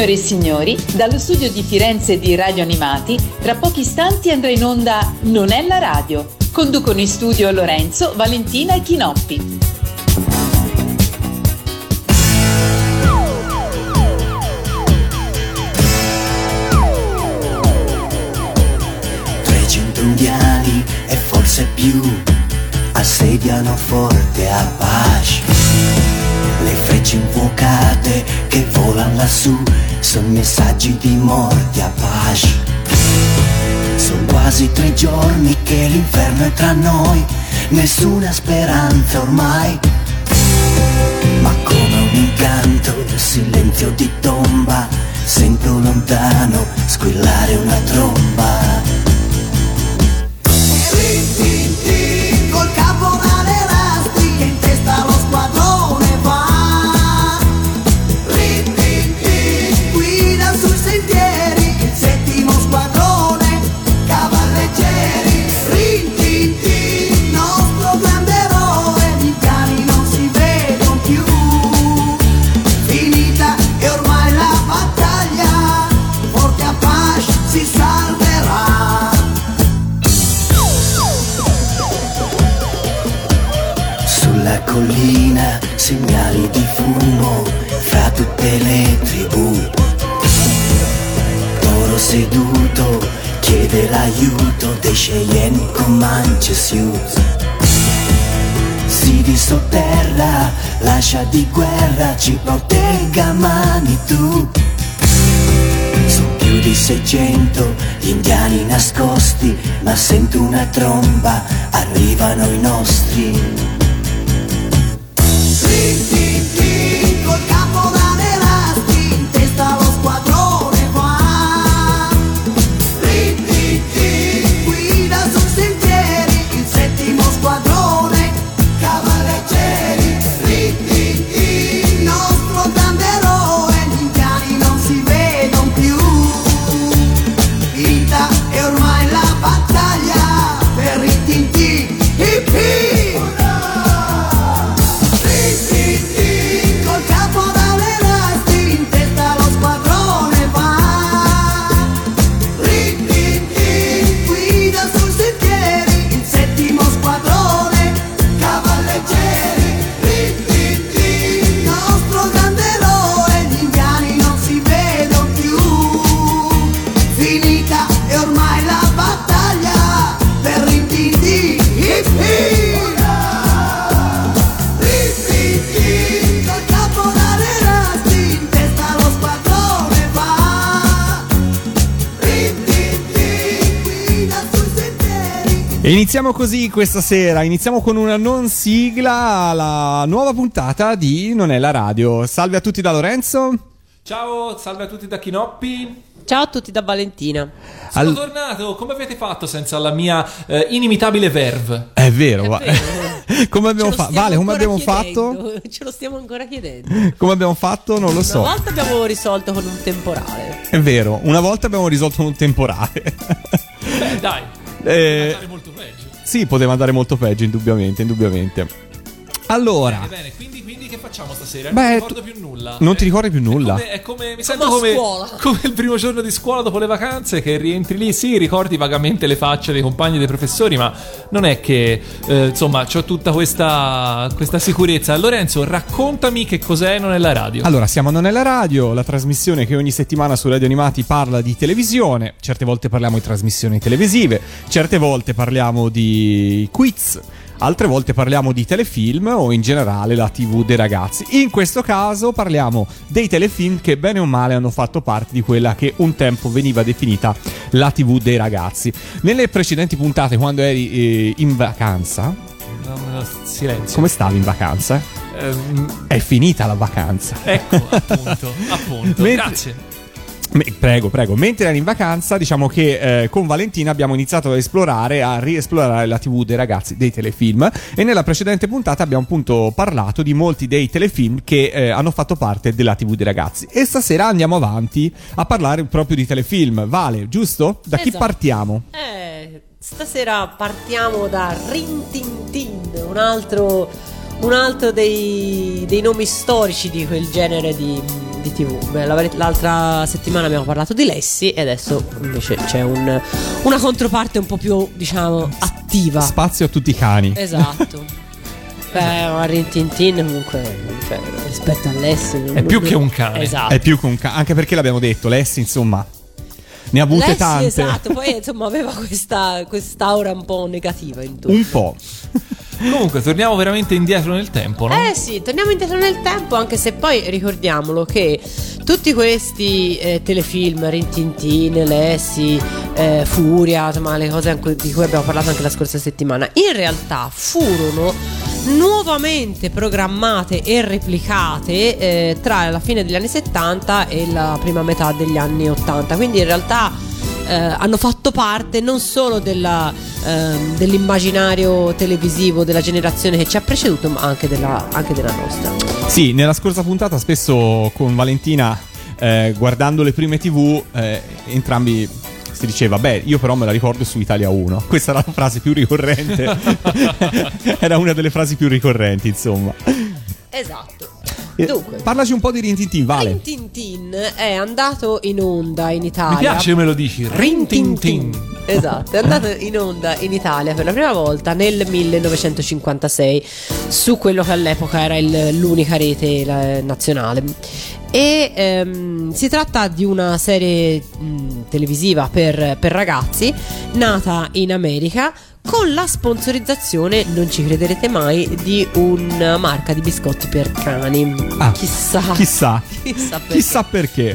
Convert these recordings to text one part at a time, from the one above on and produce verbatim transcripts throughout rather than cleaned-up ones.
Signore e signori, dallo studio di Firenze di Radio Animati, tra pochi istanti andrà in onda Non è la radio. Conducono in studio Lorenzo, Valentina e Chinoppi. trecento indiani e forse più assediano forte Apache. Le frecce infuocate che volano lassù sono messaggi di morte Apache. Sono quasi tre giorni che l'inferno è tra noi, nessuna speranza ormai. Ma come un incanto, il silenzio di tomba, sento lontano squillare una tromba. Col caporale Rasti che in testa lo squadrone va. Guida sui sentieri il settimo squadrone cavalleggeri. Rintintin, nostro grande eroe, gli indiani non si vedono più. Finita e ormai la battaglia, forte Apache si salverà. Sulla collina segnali di fumo fra tutte le tribù. Toro seduto chiede l'aiuto dei Cheyenne Comanche Sioux. Si disotterra, lascia di guerra, ci protegga Manitou. Sono più di seicento gli indiani nascosti, ma sento una tromba, arrivano i nostri. Col caporale Rasti in testa lo squadrone va. Guida sui sentieri il settimo squadrone cavalleggeri. Il nostro grande eroe, gli indiani non si vedono più. Vinta e ormai la battaglia per Rintintin. Hip hip. E iniziamo così questa sera, iniziamo con una non sigla alla nuova puntata di Non è la radio. Salve a tutti da Lorenzo. Ciao, salve a tutti da Chinoppi. Ciao a tutti da Valentina. Sono All... tornato, come avete fatto senza la mia eh, inimitabile verve? È vero, È va... vero. come abbiamo fatto? Vale, come abbiamo chiedendo. fatto? Ce lo stiamo ancora chiedendo. Come abbiamo fatto? Non lo so. Una volta abbiamo risolto con un temporale. È vero, una volta abbiamo risolto un temporale. Beh, dai. Eh... Poteva andare molto peggio. Sì, poteva andare molto peggio, indubbiamente, indubbiamente. Allora, bene, bene, quindi, quindi che facciamo stasera? Beh, non mi ricordo più nulla. Non ti ricordi più nulla? È come, è come mi sento Come a come, scuola. come il primo giorno di scuola dopo le vacanze, che rientri lì, sì, ricordi vagamente le facce dei compagni e dei professori, ma non è che eh, insomma c'ho tutta questa, questa sicurezza. Lorenzo, raccontami che cos'è Non è la radio. Allora, siamo Non è la radio, la trasmissione che ogni settimana su Radio Animati parla di televisione. Certe volte parliamo di trasmissioni televisive, certe volte parliamo di quiz, altre volte parliamo di telefilm o in generale la tivù dei ragazzi. In questo caso parliamo dei telefilm che bene o male hanno fatto parte di quella che un tempo veniva definita la tivù dei ragazzi. Nelle precedenti puntate, quando eri eh, in vacanza... No, silenzio. Come stavi in vacanza? Ehm, È finita la vacanza. ecco, appunto, appunto. Mentre- Grazie. Me- Prego, prego. Mentre eri in vacanza, diciamo che eh, con Valentina abbiamo iniziato ad esplorare, a riesplorare la tivù dei ragazzi, dei telefilm. E nella precedente puntata abbiamo appunto parlato di molti dei telefilm che eh, hanno fatto parte della tivù dei ragazzi. E stasera andiamo avanti a parlare proprio di telefilm. Vale, giusto? Da chi Esatto. partiamo? Eh, stasera partiamo da Rintintin, un altro, un altro dei, dei nomi storici di quel genere di, di tivù. Beh, la- l'altra settimana abbiamo parlato di Lessi e adesso invece c'è un, una controparte un po' più, diciamo, attiva. Spazio a tutti i cani. Esatto. Beh, ma Rin Tin Tin comunque, cioè, rispetto a Lessi È più che un cane. Esatto. È più che un ca- anche perché l'abbiamo detto, Lessi insomma ne ha avute Lessi, tante. esatto, poi insomma aveva questa quest'aura un po' negativa in tutto. Un po'. Comunque, torniamo veramente indietro nel tempo, no? Eh sì, torniamo indietro nel tempo, anche se poi ricordiamolo che tutti questi eh, telefilm, Rin Tin Tin, Lessi, eh, Furia, insomma le cose anche di cui abbiamo parlato anche la scorsa settimana, in realtà furono nuovamente programmate e replicate eh, tra la fine degli anni settanta e la prima metà degli anni ottanta, quindi in realtà eh, hanno fatto parte non solo della, ehm, dell'immaginario televisivo della generazione che ci ha preceduto, ma anche della, anche della nostra. Sì, nella scorsa puntata spesso con Valentina eh, guardando le prime tivù eh, entrambi si diceva, beh, io però me la ricordo su Italia uno. Questa era la frase più ricorrente. Era una delle frasi più ricorrenti, insomma. Esatto. Eh, Dunque, Parlaci un po' di Rin Tin Tin, Vale. Rin Tin Tin è andato in onda in Italia. Mi piace che me lo dici. Rin Tin Tin. Esatto, è andato in onda in Italia per la prima volta nel millenovecentocinquantasei su quello che all'epoca era il- l'unica rete la- nazionale. E ehm, si tratta di una serie mh, televisiva per, per ragazzi nata in America con la sponsorizzazione, non ci crederete mai, di una marca di biscotti per cani. Ah, Chissà. Chissà. Chissà perché. Chissà perché.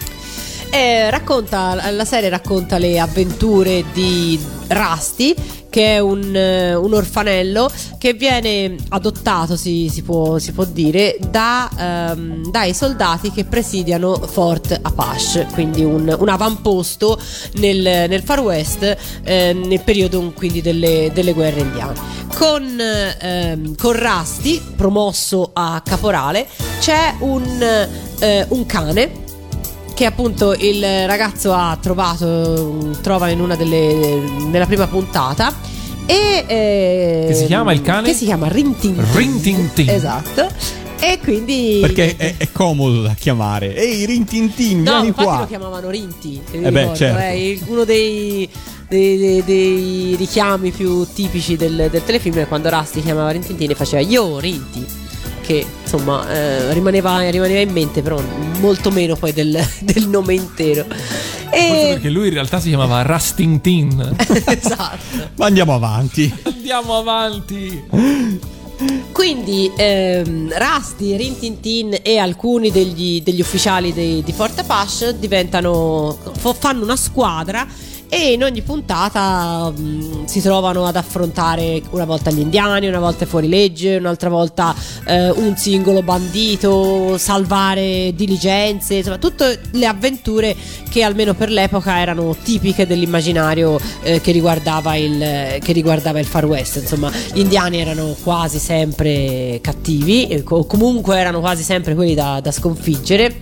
Eh, racconta, la serie racconta le avventure di Rusty, che è un, eh, un orfanello che viene adottato, si, si, può, si può dire, da, ehm, dai soldati che presidiano Fort Apache, quindi un, un avamposto nel, nel Far West, eh, nel periodo quindi delle, delle guerre indiane. Con, ehm, con Rusty, promosso a caporale, c'è un, eh, un cane che appunto il ragazzo ha trovato, trova in una delle, nella prima puntata, e eh, Che si chiama il cane? Che si chiama Rin Tin Tin. Rin Tin Tin. Esatto. E quindi Perché è, è comodo da chiamare. Ehi, Rin Tin Tin, no, vieni infatti qua. lo chiamavano Rinti. Eh beh, certo. È il- uno dei Dei, dei- dei richiami più tipici del, del telefilm è quando Rusty chiamava Rin Tin Tin e faceva Yo Rinti, che insomma eh, rimaneva, rimaneva in mente, però molto meno poi del, del nome intero. Forse E perché lui in realtà si chiamava Rustin Tin. esatto. Ma andiamo avanti. Andiamo avanti. Quindi ehm, Rusty, Rin Tin Tin e alcuni degli, degli ufficiali dei, di Fort Apache diventano, fo- fanno una squadra e in ogni puntata mh, si trovano ad affrontare una volta gli indiani, una volta i fuorilegge, un'altra volta eh, un singolo bandito, salvare diligenze, insomma tutte le avventure che almeno per l'epoca erano tipiche dell'immaginario eh, che riguardava il che riguardava il Far West. Insomma, gli indiani erano quasi sempre cattivi, eh, o comunque erano quasi sempre quelli da, da sconfiggere,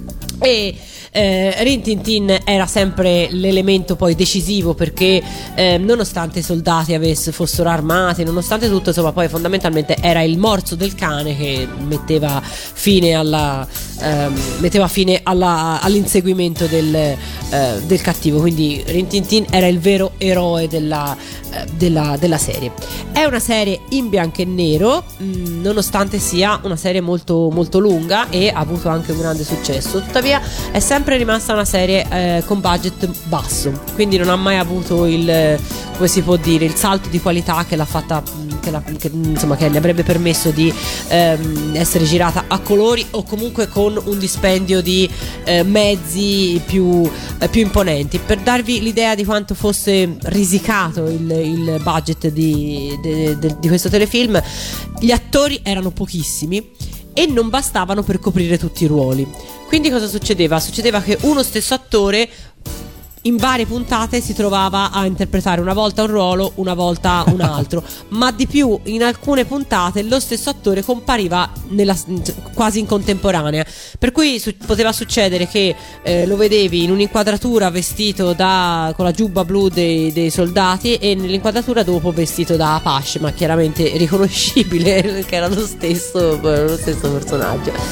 e eh, Rin Tin Tin era sempre l'elemento poi decisivo, perché eh, nonostante i soldati avesse, fossero armati, nonostante tutto, insomma, poi fondamentalmente era il morso del cane che metteva fine alla ehm, metteva fine alla, all'inseguimento del, eh, del cattivo. Quindi Rin Tin Tin era il vero eroe della, eh, della, della serie. È una serie in bianco e nero, mh, nonostante sia una serie molto, molto lunga e ha avuto anche un grande successo. Tuttavia è sempre rimasta una serie eh, con budget basso, quindi non ha mai avuto il, come si può dire, il salto di qualità che l'ha fatta, che, la, che, insomma, che le avrebbe permesso di ehm, essere girata a colori o comunque con un dispendio di eh, mezzi più, eh, più imponenti. Per darvi l'idea di quanto fosse risicato il, il budget di, de, de, di questo telefilm, gli attori erano pochissimi e non bastavano per coprire tutti i ruoli. Quindi cosa succedeva? Succedeva che uno stesso attore in varie puntate si trovava a interpretare una volta un ruolo, una volta un altro, ma di più in alcune puntate lo stesso attore compariva nella, quasi in contemporanea, per cui su, poteva succedere che eh, lo vedevi in un'inquadratura vestito da, con la giubba blu dei, dei soldati e nell'inquadratura dopo vestito da Apache, ma chiaramente riconoscibile che era lo stesso, lo stesso personaggio.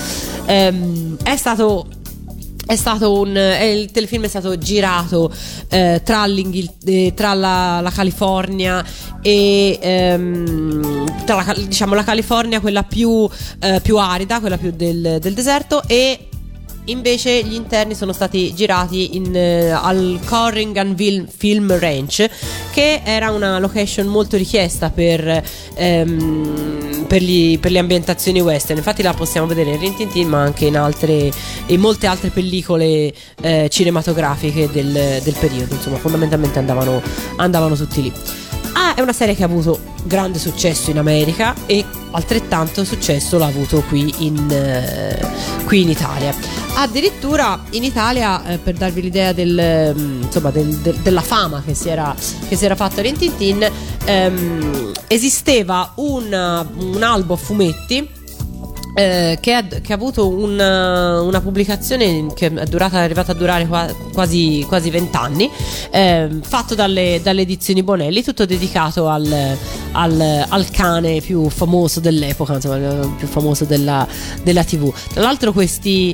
ehm, è stato È stato un eh, il telefilm è stato girato eh, tra, eh, tra la, la California e ehm, tra la, diciamo la California, quella più, eh, più arida, quella più del, del deserto, e invece gli interni sono stati girati in, eh, al Corriganville Film Ranch, che era una location molto richiesta per, ehm, per, gli, per le ambientazioni western. Infatti la possiamo vedere in Rin Tin Tin, ma anche in altre in molte altre pellicole eh, cinematografiche del, del periodo. Insomma, fondamentalmente andavano, andavano tutti lì. Ah, è una serie che ha avuto grande successo in America e altrettanto successo l'ha avuto qui in, eh, qui in Italia. Addirittura in Italia, eh, per darvi l'idea del, mm, insomma, del, del, della fama che si era, che si era fatta Rin Tin Tin, ehm, esisteva un, un albo a fumetti Eh, che, ha, che ha avuto una, una pubblicazione che è durata, è arrivata a durare qua, quasi quasi vent'anni, eh, fatto dalle, dalle edizioni Bonelli, tutto dedicato al, al, al cane più famoso dell'epoca, insomma, più famoso della, della tivù. Tra l'altro questi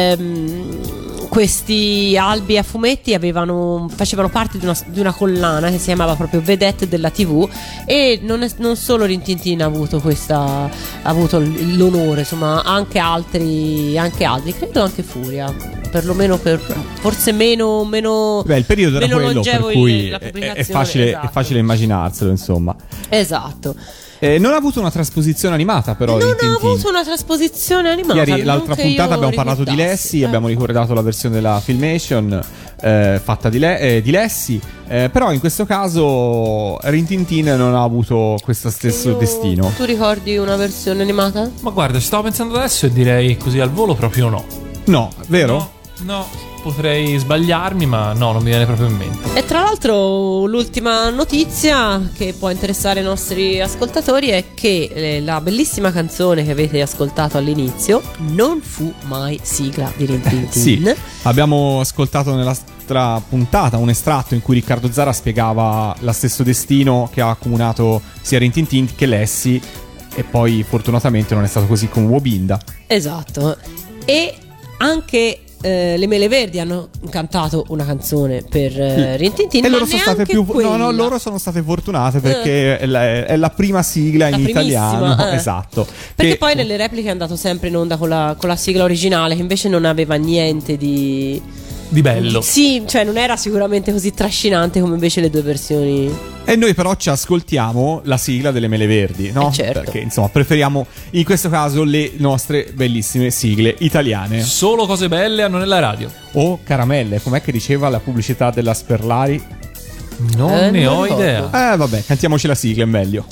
ehm, questi albi a fumetti avevano, facevano parte di una, di una collana che si chiamava proprio Vedette della tivù, e non, è, non solo Rin Tin Tin ha avuto questa ha avuto l'onore, insomma anche altri anche altri credo anche Furia, perlomeno per forse meno meno Beh, il periodo era meno quello, longevo per cui la è, pubblicazione, è facile esatto. è facile immaginarselo, insomma. Esatto. Eh, non ha avuto una trasposizione animata, però. Non Rin Tin ha Tin. avuto una trasposizione animata. Ieri, l'altra non che puntata, io abbiamo parlato di ricordassi. Lessi, Eh. abbiamo ricordato la versione della Filmation eh, fatta di, Le- eh, di Lessi. Eh, però in questo caso Rin Tin Tin non ha avuto questo stesso Io- destino. Tu ricordi una versione animata? Ma guarda, ci stavo pensando adesso e direi così al volo proprio no. No, vero? No, no, potrei sbagliarmi, ma no, non mi viene proprio in mente. E tra l'altro l'ultima notizia che può interessare i nostri ascoltatori è che eh, la bellissima canzone che avete ascoltato all'inizio non fu mai sigla di Rin Tin Tin. Sì, abbiamo ascoltato nella nostra puntata un estratto in cui Riccardo Zara spiegava lo stesso destino che ha accomunato sia Rin Tin Tin che Lessi, e poi fortunatamente non è stato così con Wobinda. Esatto. E anche eh, le Mele Verdi hanno cantato una canzone per eh, Rin Tin Tin, E ma loro sono state neanche più quella. no, no, loro sono state fortunate perché è, la, è la prima sigla La in primissima, italiano, eh. esatto. Perché Che- poi nelle repliche è andato sempre in onda con la, con la sigla originale, che invece non aveva niente di Di bello. Sì, cioè non era sicuramente così trascinante come invece le due versioni. E noi però ci ascoltiamo la sigla delle Mele Verdi, no? Eh, certo. Perché insomma preferiamo in questo caso le nostre bellissime sigle italiane. Solo cose belle hanno nella radio. O caramelle, com'è che diceva la pubblicità della Sperlari? Non Eh, ne non ho ricordo. idea. Eh vabbè, cantiamoci la sigla, è meglio.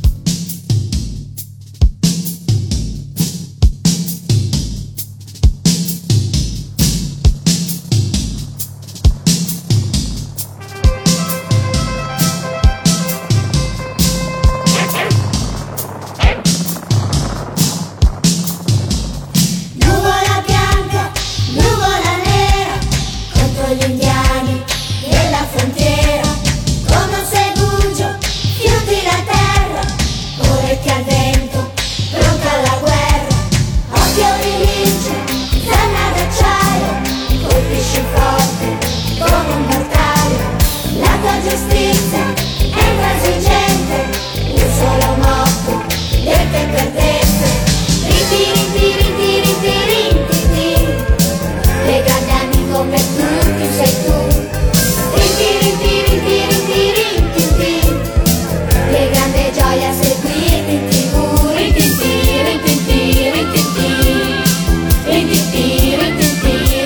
Nuvola bianca, nuvola nera, contro gli indiani della frontiera, come un segugio, fiuti la terra, orecchie al vento, pronta alla guerra, occhio rilince, canna d'acciaio, colpisci forte come un mortaio, la tua giustizia è intransigente, un solo motto, dette e perdette. Rinti, rinti, rinti, rinti, rinti, rinti. Le grandi anni come tutti sei tu. Rinti, rinti, rinti, rinti, rinti, rinti. Le grande gioia seguirti in tivù. Rinti, rinti, rinti, rinti, rinti. Rinti, rinti, rinti, rinti.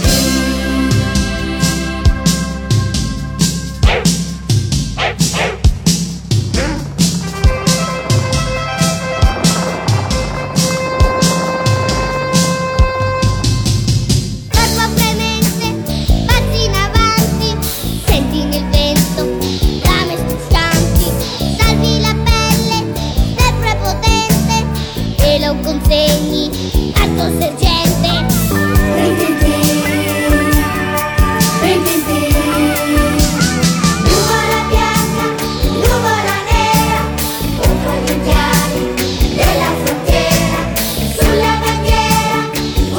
Acqua fremente, passi in avanti, senti nel vento, lame schiuscianti, salvi la pelle, sei prepotente, e lo consegni al tuo sergente. Rintintin, rintintin. Nuvola bianca, nuvola nera, contro gli indiani della frontiera, sulla bandiera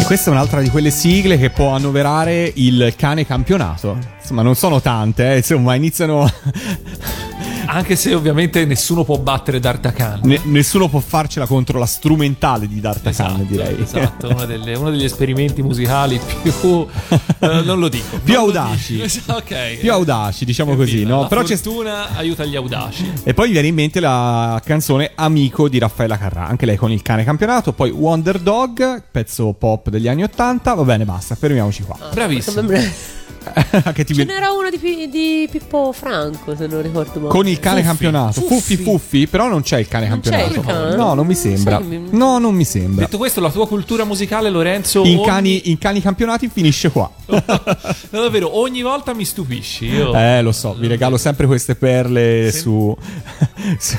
Questa è un'altra di quelle sigle che può annoverare il cane campionato. Insomma, non sono tante, eh. Insomma, iniziano. Anche se ovviamente nessuno può battere D'Artagnan. Ne- nessuno può farcela contro la strumentale di D'Artagnan, Esatto, direi. esatto, uno, delle- uno degli esperimenti musicali più eh, non lo dico Più non lo audaci. dico. Esatto, ok. Più audaci, diciamo Evviva, così, no? la Però c'è. fortuna aiuta gli audaci. E poi mi viene in mente la canzone Amico di Raffaella Carrà, anche lei con il cane campionato. Poi Wonder Dog, pezzo pop degli anni ottanta. Va bene, basta, fermiamoci qua. Bravissimo. Che ti Ce viene- n'era uno di, Pi- di Pippo Franco, se non ricordo male. Con il cane Fuffi. campionato. Fuffi Fuffi. Fuffi, però non c'è il cane Non c'è campionato. il cane? No, non mi sembra. Sai, mi- No, non mi sembra. Detto questo, la tua cultura musicale, Lorenzo, In ogni- cani, in cani campionati finisce qua. no, davvero, ogni volta mi stupisci. Io... Eh, lo so, vi regalo sempre queste perle su. su-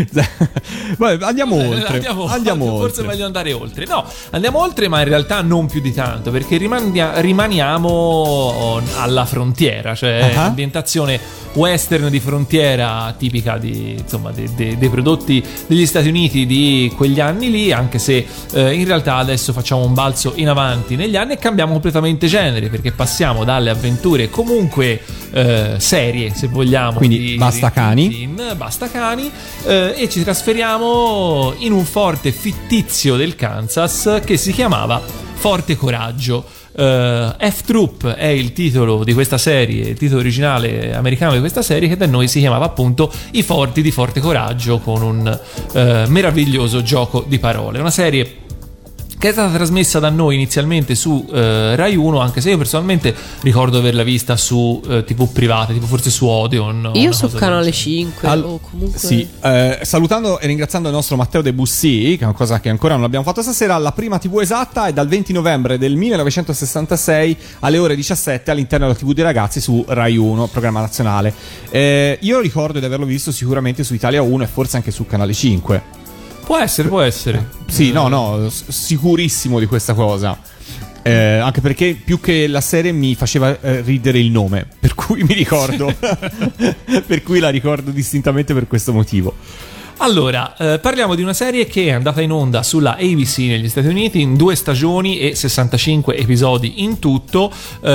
Vabbè, andiamo Eh, oltre. Andiamo, Andiamo forse oltre. è meglio andare oltre. No, andiamo oltre, ma in realtà non più di tanto, perché rimandia- rimaniamo alla frontiera, cioè Ah. ambientazione western di frontiera tipica di, insomma, de- de- dei prodotti degli Stati Uniti di quegli anni lì, anche se eh, in realtà adesso facciamo un balzo in avanti negli anni e cambiamo completamente genere, perché passiamo dalle avventure comunque eh, serie, se vogliamo, Quindi di- basta di- cani. in Basta cani eh, e ci trasferiamo in un forte fittizio del Kansas che si chiamava Forte Coraggio. Uh, F-Troop è il titolo di questa serie, il titolo originale americano di questa serie, che da noi si chiamava appunto I Forti di Forte Coraggio, con un uh, meraviglioso gioco di parole. Una serie che è stata trasmessa da noi inizialmente su eh, Rai uno, anche se io personalmente ricordo averla vista su eh, tivù private, tipo forse su Odeon. o Io una su cosa Canale del genere. cinque Al- o comunque Sì, eh, salutando e ringraziando il nostro Matteo De Bussy, che è una cosa che ancora non abbiamo fatto stasera. La prima tivù esatta è dal venti novembre del millenovecentosessantasei alle ore diciassette all'interno della tivù dei ragazzi su Rai uno, programma nazionale. Eh, io ricordo di averlo visto sicuramente su Italia uno e forse anche su Canale cinque. Può essere, può essere. Sì, no, no, s- sicurissimo di questa cosa. Eh, anche perché più che la serie mi faceva eh, ridere il nome, per cui mi ricordo, per cui la ricordo distintamente per questo motivo. Allora, eh, parliamo di una serie che è andata in onda sulla A B C negli Stati Uniti in due stagioni e sessantacinque episodi in tutto,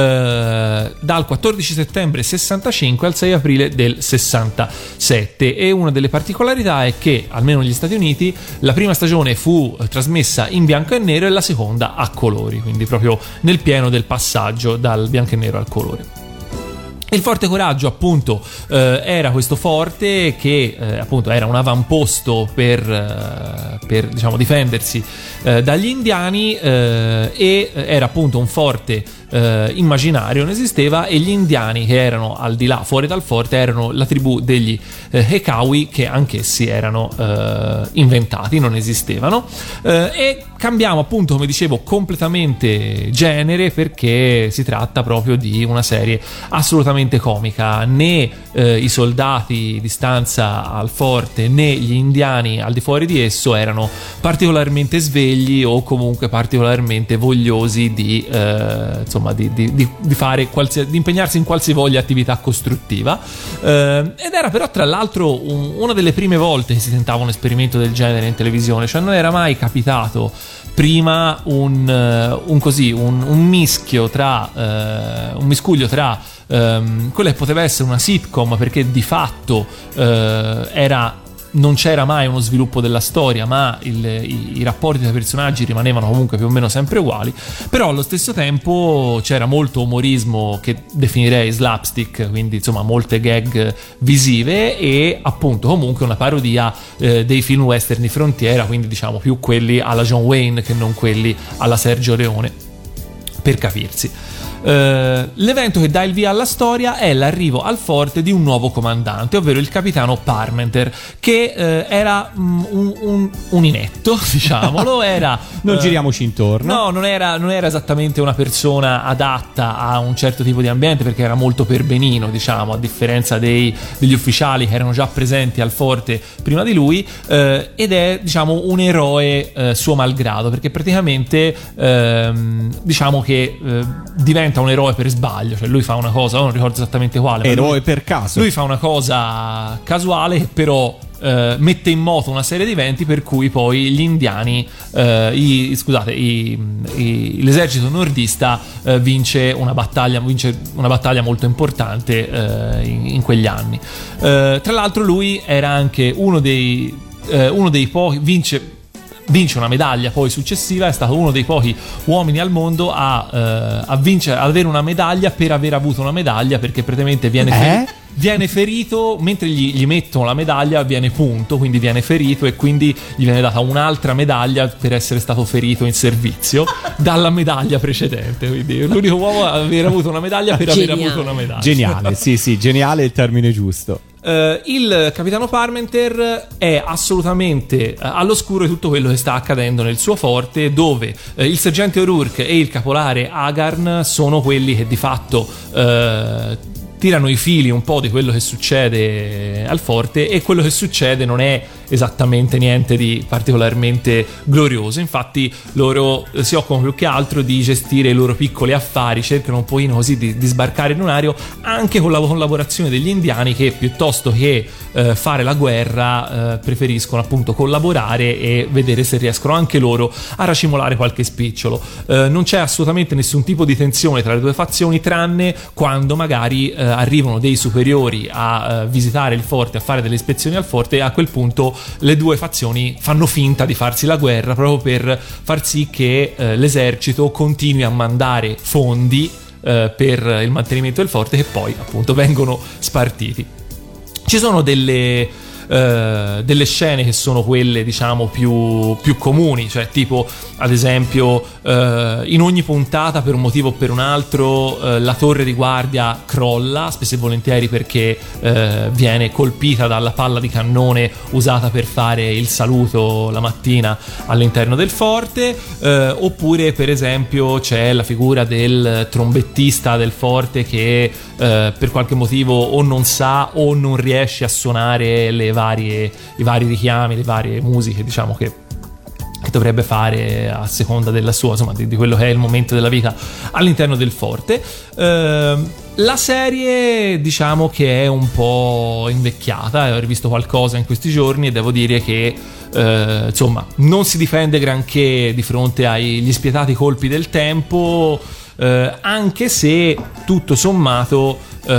eh, dal quattordici settembre sessantacinque al sei aprile del sessantasette. E una delle particolarità è che, almeno negli Stati Uniti, la prima stagione fu eh, trasmessa in bianco e nero e la seconda a colori, quindi proprio nel pieno del passaggio dal bianco e nero al colore. Il Forte Coraggio appunto eh, era questo forte che eh, appunto era un avamposto per, eh, per diciamo difendersi eh, dagli indiani eh, e era appunto un forte eh, immaginario, non esisteva, e gli indiani che erano al di là, fuori dal forte, erano la tribù degli eh, Hekawi, che anch'essi erano eh, inventati, non esistevano, eh, e cambiamo appunto, come dicevo, completamente genere, perché si tratta proprio di una serie assolutamente comica. Né eh, i soldati di stanza al forte né gli indiani al di fuori di esso erano particolarmente svegli o comunque particolarmente vogliosi di eh, insomma di, di, di, di fare qualsiasi, di impegnarsi in qualsivoglia attività costruttiva, eh, ed era però tra l'altro un, una delle prime volte che si tentava un esperimento del genere in televisione, cioè non era mai capitato prima un, uh, un così un, un mischio tra uh, un miscuglio tra um, quella che poteva essere una sitcom, perché di fatto uh, era non c'era mai uno sviluppo della storia, ma il, i, i rapporti tra i personaggi rimanevano comunque più o meno sempre uguali, però allo stesso tempo c'era molto umorismo che definirei slapstick, quindi insomma molte gag visive e appunto comunque una parodia eh, dei film western di frontiera, quindi diciamo più quelli alla John Wayne che non quelli alla Sergio Leone, per capirsi. Uh, l'evento che dà il via alla storia è l'arrivo al forte di un nuovo comandante, ovvero il capitano Parmenter, che uh, era um, un, un, un inetto, diciamolo. Era, Non uh, giriamoci intorno. No, non era, non era esattamente una persona adatta a un certo tipo di ambiente, perché era molto perbenino, diciamo, a differenza dei, degli ufficiali che erano già presenti al forte prima di lui, uh, ed è, diciamo, un eroe uh, suo malgrado, perché praticamente uh, diciamo che uh, diventa un eroe per sbaglio, cioè lui fa una cosa, non ricordo esattamente quale, Eroe lui, per caso. lui fa una cosa casuale, però eh, mette in moto una serie di eventi per cui poi gli indiani, eh, i, scusate, i, i, l'esercito nordista eh, vince una battaglia, vince una battaglia molto importante eh, in, in quegli anni. Eh, tra l'altro lui era anche uno dei, eh, uno dei pochi, vince vince una medaglia poi successiva, è stato uno dei pochi uomini al mondo a, eh, a vincere, ad avere una medaglia per aver avuto una medaglia, perché praticamente viene, eh? ferito, viene ferito mentre gli, gli mettono la medaglia, viene punto, quindi viene ferito e quindi gli viene data un'altra medaglia per essere stato ferito in servizio dalla medaglia precedente, quindi l'unico uomo a aver avuto una medaglia per Geniale. aver avuto una medaglia. Geniale, sì sì, geniale è il termine giusto. Uh, il capitano Parmenter è assolutamente uh, all'oscuro di tutto quello che sta accadendo nel suo forte, dove uh, il sergente O'Rourke e il capolare Agarn sono quelli che di fatto uh, tirano i fili un po' di quello che succede al forte, e quello che succede non è esattamente niente di particolarmente glorioso. Infatti loro si occupano più che altro di gestire i loro piccoli affari, cercano un pochino così di, di sbarcare in un aereo, anche con la collaborazione degli indiani, che piuttosto che eh, fare la guerra eh, preferiscono appunto collaborare e vedere se riescono anche loro a racimolare qualche spicciolo. Eh, non c'è assolutamente nessun tipo di tensione tra le due fazioni, tranne quando magari eh, arrivano dei superiori a eh, visitare il forte, a fare delle ispezioni al forte, e a quel punto le due fazioni fanno finta di farsi la guerra proprio per far sì che eh, l'esercito continui a mandare fondi eh, per il mantenimento del forte, che poi appunto vengono spartiti. Ci sono delle Uh, delle scene che sono quelle diciamo più, più comuni, cioè tipo ad esempio uh, in ogni puntata per un motivo o per un altro uh, la torre di guardia crolla, spesso e volentieri perché uh, viene colpita dalla palla di cannone usata per fare il saluto la mattina all'interno del forte, uh, oppure per esempio c'è la figura del trombettista del forte che uh, per qualche motivo o non sa o non riesce a suonare le varie, i vari richiami, le varie musiche diciamo che, che dovrebbe fare a seconda della sua, insomma di, di quello che è il momento della vita all'interno del forte. Eh, la serie diciamo che è un po' invecchiata, ho rivisto qualcosa in questi giorni e devo dire che eh, insomma non si difende granché di fronte agli spietati colpi del tempo, eh, anche se tutto sommato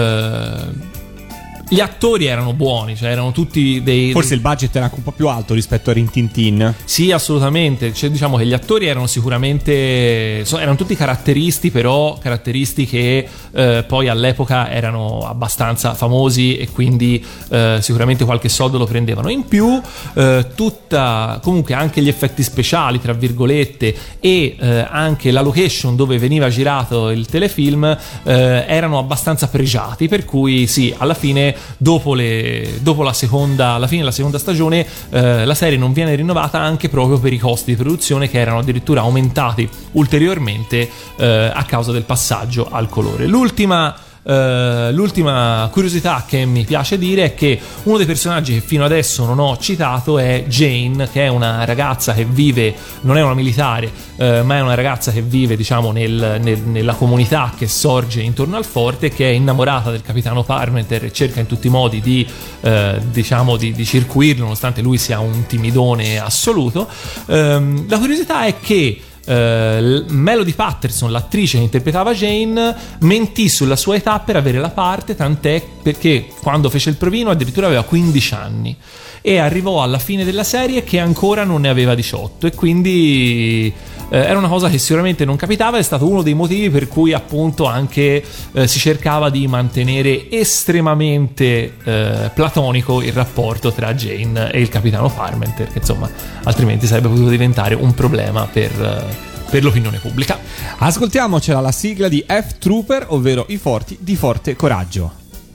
eh, gli attori erano buoni, cioè erano tutti dei... Forse il budget era anche un po' più alto rispetto a Rin Tin Tin. Sì, assolutamente. Cioè, diciamo che gli attori erano sicuramente... erano tutti caratteristi, però caratteristi che eh, poi all'epoca erano abbastanza famosi e quindi eh, sicuramente qualche soldo lo prendevano. In più, eh, tutta... comunque anche gli effetti speciali, tra virgolette, e eh, anche la location dove veniva girato il telefilm eh, erano abbastanza pregiati, per cui sì, alla fine... Dopo, le, dopo la seconda, alla fine della seconda stagione eh, la serie non viene rinnovata, anche proprio per i costi di produzione che erano addirittura aumentati ulteriormente eh, a causa del passaggio al colore. L'ultima Uh, l'ultima curiosità che mi piace dire è che uno dei personaggi che fino adesso non ho citato è Jane, che è una ragazza che vive, non è una militare, uh, ma è una ragazza che vive diciamo nel, nel, nella comunità che sorge intorno al forte, che è innamorata del capitano Parmenter e cerca in tutti i modi di uh, diciamo di, di circuirlo, nonostante lui sia un timidone assoluto. Um, la curiosità è che Uh, Melody Patterson, l'attrice che interpretava Jane, mentì sulla sua età per avere la parte, tant'è perché quando fece il provino addirittura aveva quindici anni e arrivò alla fine della serie che ancora non ne aveva diciotto, e quindi uh, era una cosa che sicuramente non capitava. È stato uno dei motivi per cui appunto anche uh, si cercava di mantenere estremamente uh, platonico il rapporto tra Jane e il capitano Parmenter, che insomma altrimenti sarebbe potuto diventare un problema per uh, per l'opinione pubblica. Ascoltiamocela la sigla di F Trooper, ovvero I forti di forte coraggio.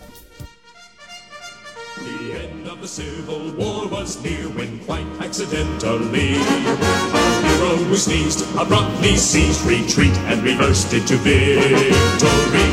The end of the Civil War was near when quite accidentally a hero who sneezed abruptly ceased retreat and reversed it to victory.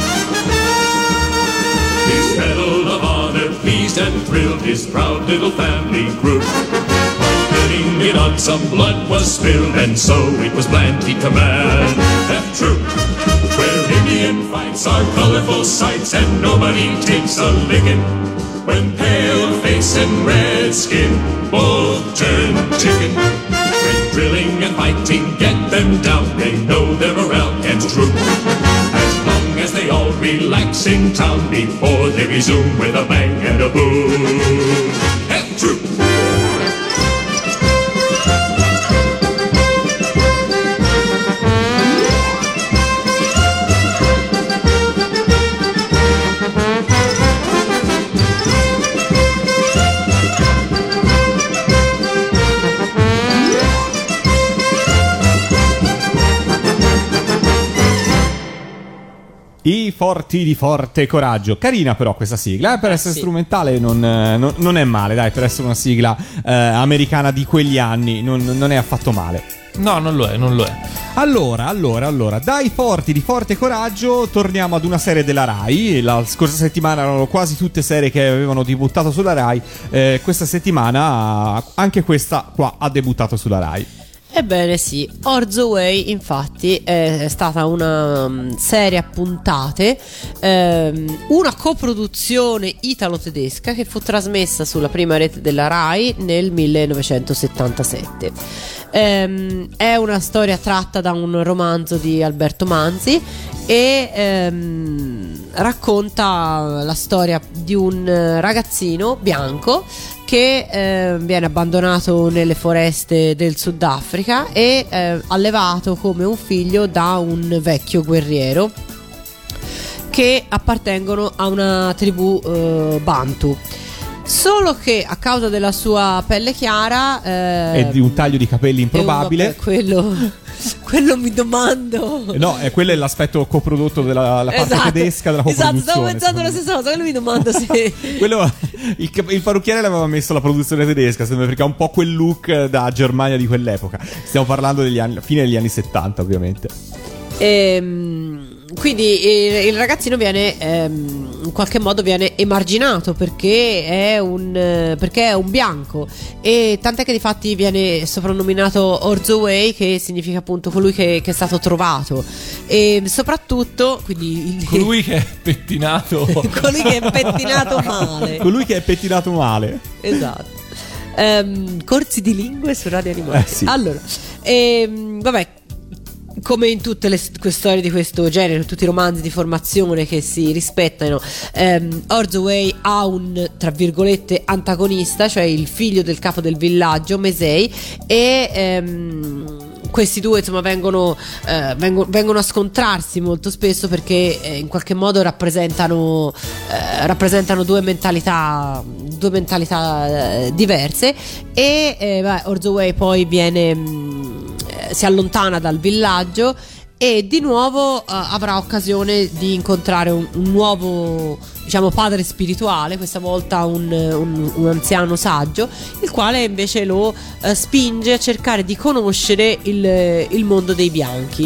His medal of honor pleased and thrilled his proud little family group. Getting it on, some blood was spilled, and so it was planned he'd command F Troop, where Indian fights are colorful sights and nobody takes a licking. when pale face and red skin both turn chicken. When drilling and fighting get them down, they know their morale gets true. As long as they all relax in town before they resume with a bang and a boom. And true. I forti di forte coraggio. Carina però questa sigla, eh? Per Eh, essere sì. strumentale non, eh, non- non è male, dai, per essere una sigla eh, americana di quegli anni non, non è affatto male. No, non lo è, non lo è. Allora, allora, allora, dai forti di forte coraggio torniamo ad una serie della Rai. La scorsa settimana erano quasi tutte serie che avevano debuttato sulla Rai. Eh, questa settimana anche questa qua ha debuttato sulla Rai. Ebbene sì, Orzo Way infatti è stata una um, serie a puntate, ehm, una coproduzione italo-tedesca che fu trasmessa sulla prima rete della Rai nel millenovecentosettantasette. Ehm, è una storia tratta da un romanzo di Alberto Manzi e ehm, racconta la storia di un ragazzino bianco che eh, viene abbandonato nelle foreste del Sudafrica e eh, allevato come un figlio da un vecchio guerriero che appartengono a una tribù eh, Bantu. Solo che a causa della sua pelle chiara eh, E di un taglio di capelli improbabile. e un- vabbè, quello, quello mi domando. Eh, No, eh, quello è l'aspetto coprodotto della la parte Esatto. tedesca della Esatto, coproduzione. stavo pensando secondo la me. stessa cosa. Quello mi domando se Quello, il, cap- il parrucchiere l'aveva messo la produzione tedesca, secondo me, perché ha un po' quel look da Germania di quell'epoca. Stiamo parlando degli anni, fine degli anni settanta, ovviamente. Ehm, quindi il, il ragazzino viene ehm, in qualche modo viene emarginato perché è un eh, perché è un bianco, e tant'è che difatti viene soprannominato Orzo Way, che significa appunto colui che, che è stato trovato, e soprattutto quindi il, Colui che è pettinato. colui che è pettinato male. Colui che è pettinato male. Esatto. Ehm, corsi di lingue su Radio Animati. Eh, sì. Allora, ehm, vabbè, come in tutte le st- que- storie di questo genere, in tutti i romanzi di formazione che si rispettano, ehm, Orzo Way ha un, tra virgolette, antagonista, cioè il figlio del capo del villaggio, Mesei, e ehm, questi due insomma vengono, eh, vengo- vengono a scontrarsi molto spesso perché eh, in qualche modo rappresentano, eh, rappresentano due mentalità, due mentalità eh, diverse, e eh, beh, Orzo Way poi viene mh, eh, si allontana dal villaggio e di nuovo eh, avrà occasione di incontrare un, un nuovo, diciamo, padre spirituale, questa volta un, un- un anziano saggio, il quale invece lo eh, spinge a cercare di conoscere il, il mondo dei bianchi.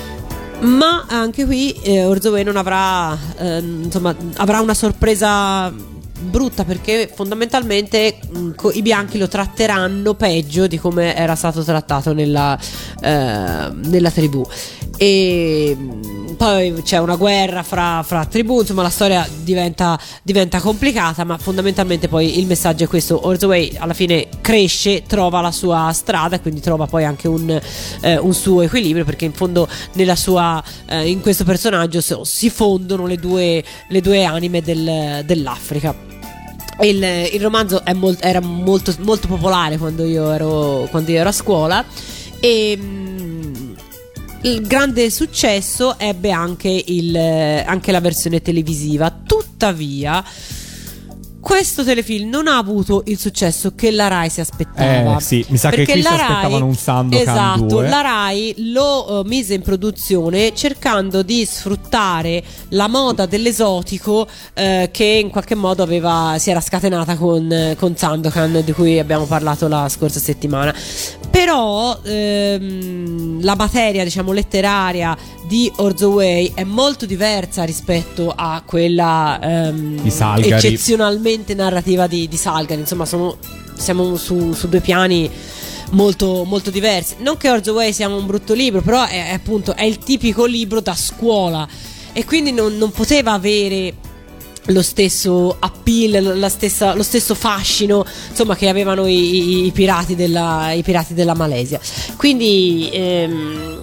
Ma anche qui eh, Orzo Way non avrà, eh, insomma, avrà una sorpresa brutta, perché fondamentalmente mh, co- i bianchi lo tratteranno peggio di come era stato trattato nella, eh, nella tribù. E mh, poi c'è una guerra fra, fra tribù, insomma la storia diventa, diventa complicata, ma fondamentalmente poi il messaggio è questo: Orzo Way alla fine cresce, trova la sua strada e quindi trova poi anche un, eh, un suo equilibrio, perché in fondo nella sua, eh, in questo personaggio so- si fondono le due, le due anime del- dell'Africa. Il, il romanzo è mol- era molto, molto popolare quando io ero, quando io ero a scuola, e mh, il grande successo ebbe anche, il, anche la versione televisiva. Tuttavia questo telefilm non ha avuto il successo che la Rai si aspettava. Eh, sì, mi sa che Perché qui si la Rai- aspettavano un Sandokan esatto, due. la Rai lo eh, mise in produzione cercando di sfruttare la moda dell'esotico eh, che in qualche modo aveva, si era scatenata con, eh, con Sandokan, di cui abbiamo parlato la scorsa settimana. Però ehm, la materia, diciamo, letteraria di Orzo Way è molto diversa rispetto a quella ehm, Di Salgari. eccezionalmente narrativa di, di Salgari. Insomma, sono, siamo su, su due piani molto, molto diversi. Non che Orzo Way sia un brutto libro, però è, è appunto è il tipico libro da scuola, e quindi non, non poteva avere lo stesso appeal, la stessa, lo stesso fascino, insomma, che avevano i, i, i pirati della, i pirati della Malesia. Quindi ehm,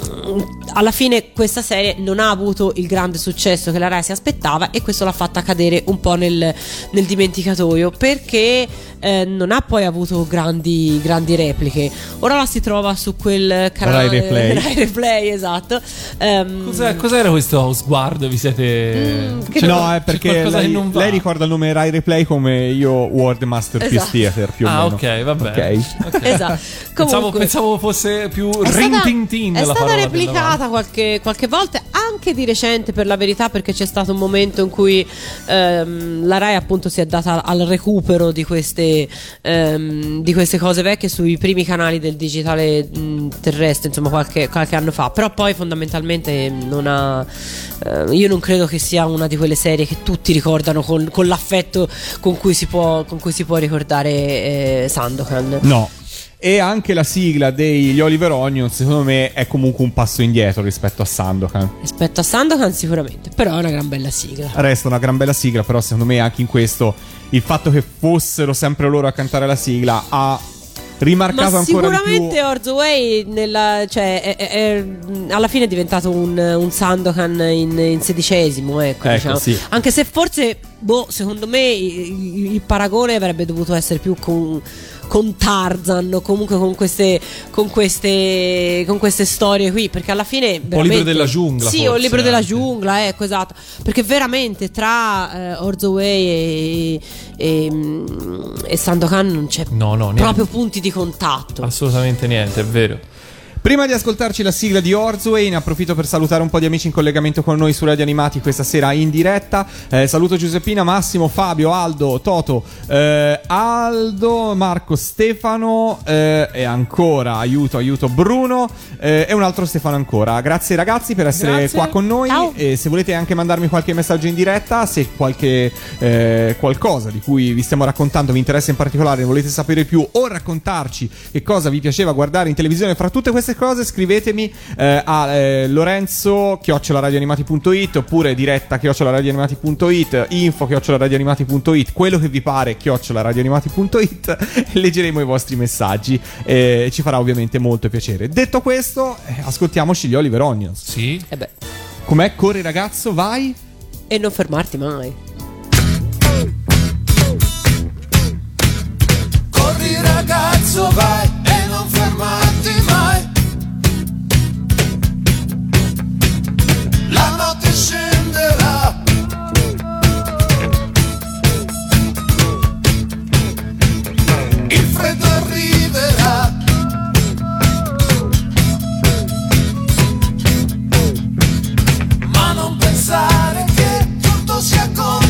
alla fine questa serie non ha avuto il grande successo che la Rai si aspettava, e questo l'ha fatta cadere un po' nel, nel dimenticatoio, perché eh, non ha poi avuto grandi, grandi repliche. Ora la si trova su quel canale Rai Replay, Rai Replay, esatto. Um, Cos'è, cos'era questo sguardo? Vi siete Mm, c'è- No, è c'è perché qualcosa lei, che non va? lei ricorda il nome Rai Replay come io World Masterpiece Esatto. Theater, più o Ah, meno. ok, va bene. Ok. Ok. Esatto. Pensavo, Comunque, pensavo fosse più È stata, rintintin è la stata parola replicata qualche, qualche volta, anche di recente, per la verità, perché c'è stato un momento in cui ehm, la Rai appunto si è data al recupero di queste, ehm, di queste cose vecchie sui primi canali del digitale mh, terrestre, insomma, qualche, qualche anno fa. Però poi fondamentalmente non ha eh, io non credo che sia una di quelle serie che tutti ricordano con, con l'affetto con cui si può, con cui si può ricordare eh, Sandokan. No. E anche la sigla degli Oliver Onions, secondo me, è comunque un passo indietro rispetto a Sandokan. Rispetto a Sandokan sicuramente, però è una gran bella sigla. Resta una gran bella sigla, però secondo me anche in questo il fatto che fossero sempre loro a cantare la sigla ha rimarcato Ma ancora di più. sicuramente Orzoway nella, cioè, è, è- è- alla fine è diventato un, un Sandokan in, in sedicesimo, ecco, Ecco, diciamo. sì. Anche se forse, boh, secondo me il, il paragone avrebbe dovuto essere più con, con Tarzan, o comunque con queste, con queste con queste storie qui, perché alla fine O Libro della giungla, sì, o forse, il libro della anche. giungla, ecco, esatto, perché veramente tra eh, Orzoway e, e, e Sandokan non c'è No, no, niente. proprio punti di contatto. Assolutamente niente, è vero. Prima di ascoltarci la sigla di Orzoway, ne approfitto per salutare un po' di amici in collegamento con noi su Radio Animati questa sera in diretta. Eh, saluto Giuseppina, Massimo, Fabio, Aldo, Toto, eh, Aldo, Marco, Stefano eh, e ancora, aiuto, aiuto, Bruno eh, e un altro Stefano ancora. Grazie ragazzi per essere Grazie. qua con noi. Ciao. E se volete anche mandarmi qualche messaggio in diretta, se qualche eh, qualcosa di cui vi stiamo raccontando vi interessa in particolare, volete sapere più o raccontarci che cosa vi piaceva guardare in televisione fra tutte queste cose, scrivetemi eh, a eh, Lorenzo chiocciola radioanimati punto it oppure diretta chiocciola radioanimati punto it, info chiocciola radioanimati punto it, quello che vi pare chiocciola radioanimati punto it e leggeremo i vostri messaggi e ci farà ovviamente molto piacere. Detto questo, eh, ascoltiamoci gli Oliver Onions. Sì. E beh, Com'è? Corri ragazzo, vai. e non fermarti mai. Corri ragazzo vai e non fermarti mai. La notte scenderà. Il freddo arriverà. Ma non pensare che tutto sia come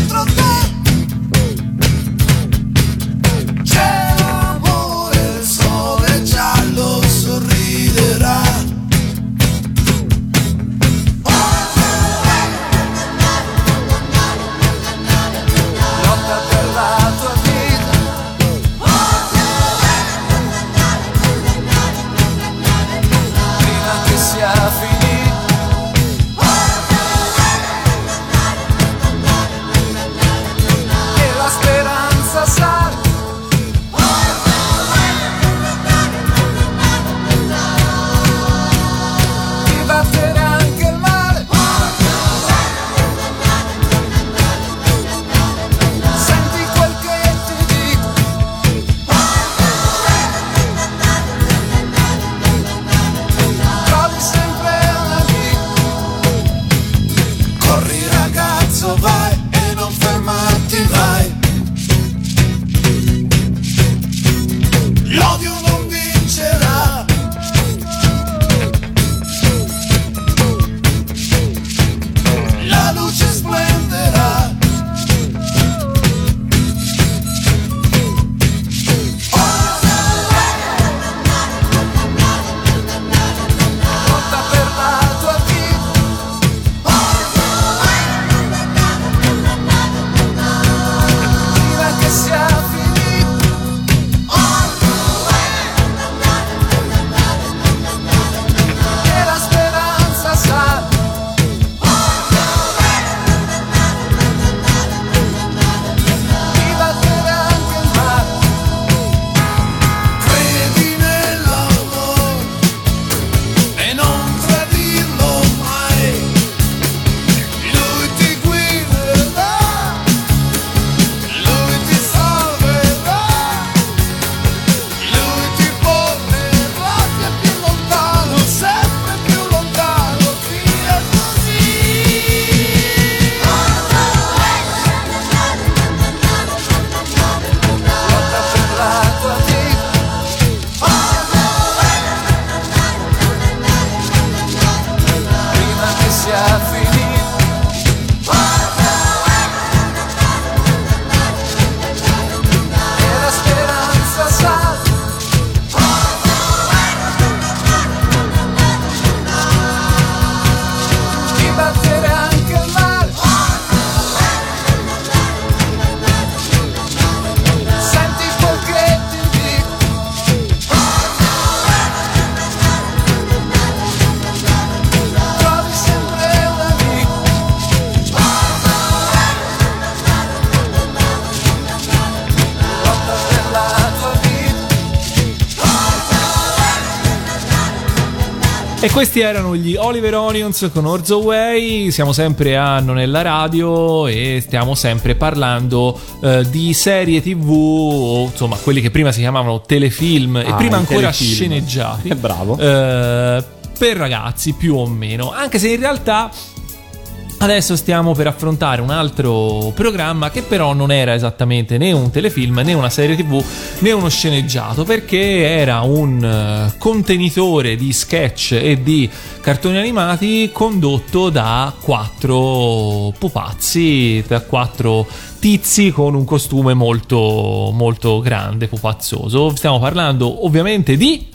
E questi erano gli Oliver Onions con Orzo Way. Siamo sempre a Non è la radio e stiamo sempre parlando eh, di serie tv, o insomma quelli che prima si chiamavano telefilm e Ah, prima i ancora telefilm. sceneggiati. Eh, bravo. eh, per ragazzi più o meno, anche se in realtà adesso stiamo per affrontare un altro programma che però non era esattamente né un telefilm né una serie tv né uno sceneggiato, perché era un eh, contenitore di sketch e di cartoni animati condotto da quattro pupazzi, da quattro tizi con un costume molto molto grande, pupazzoso. Stiamo parlando ovviamente di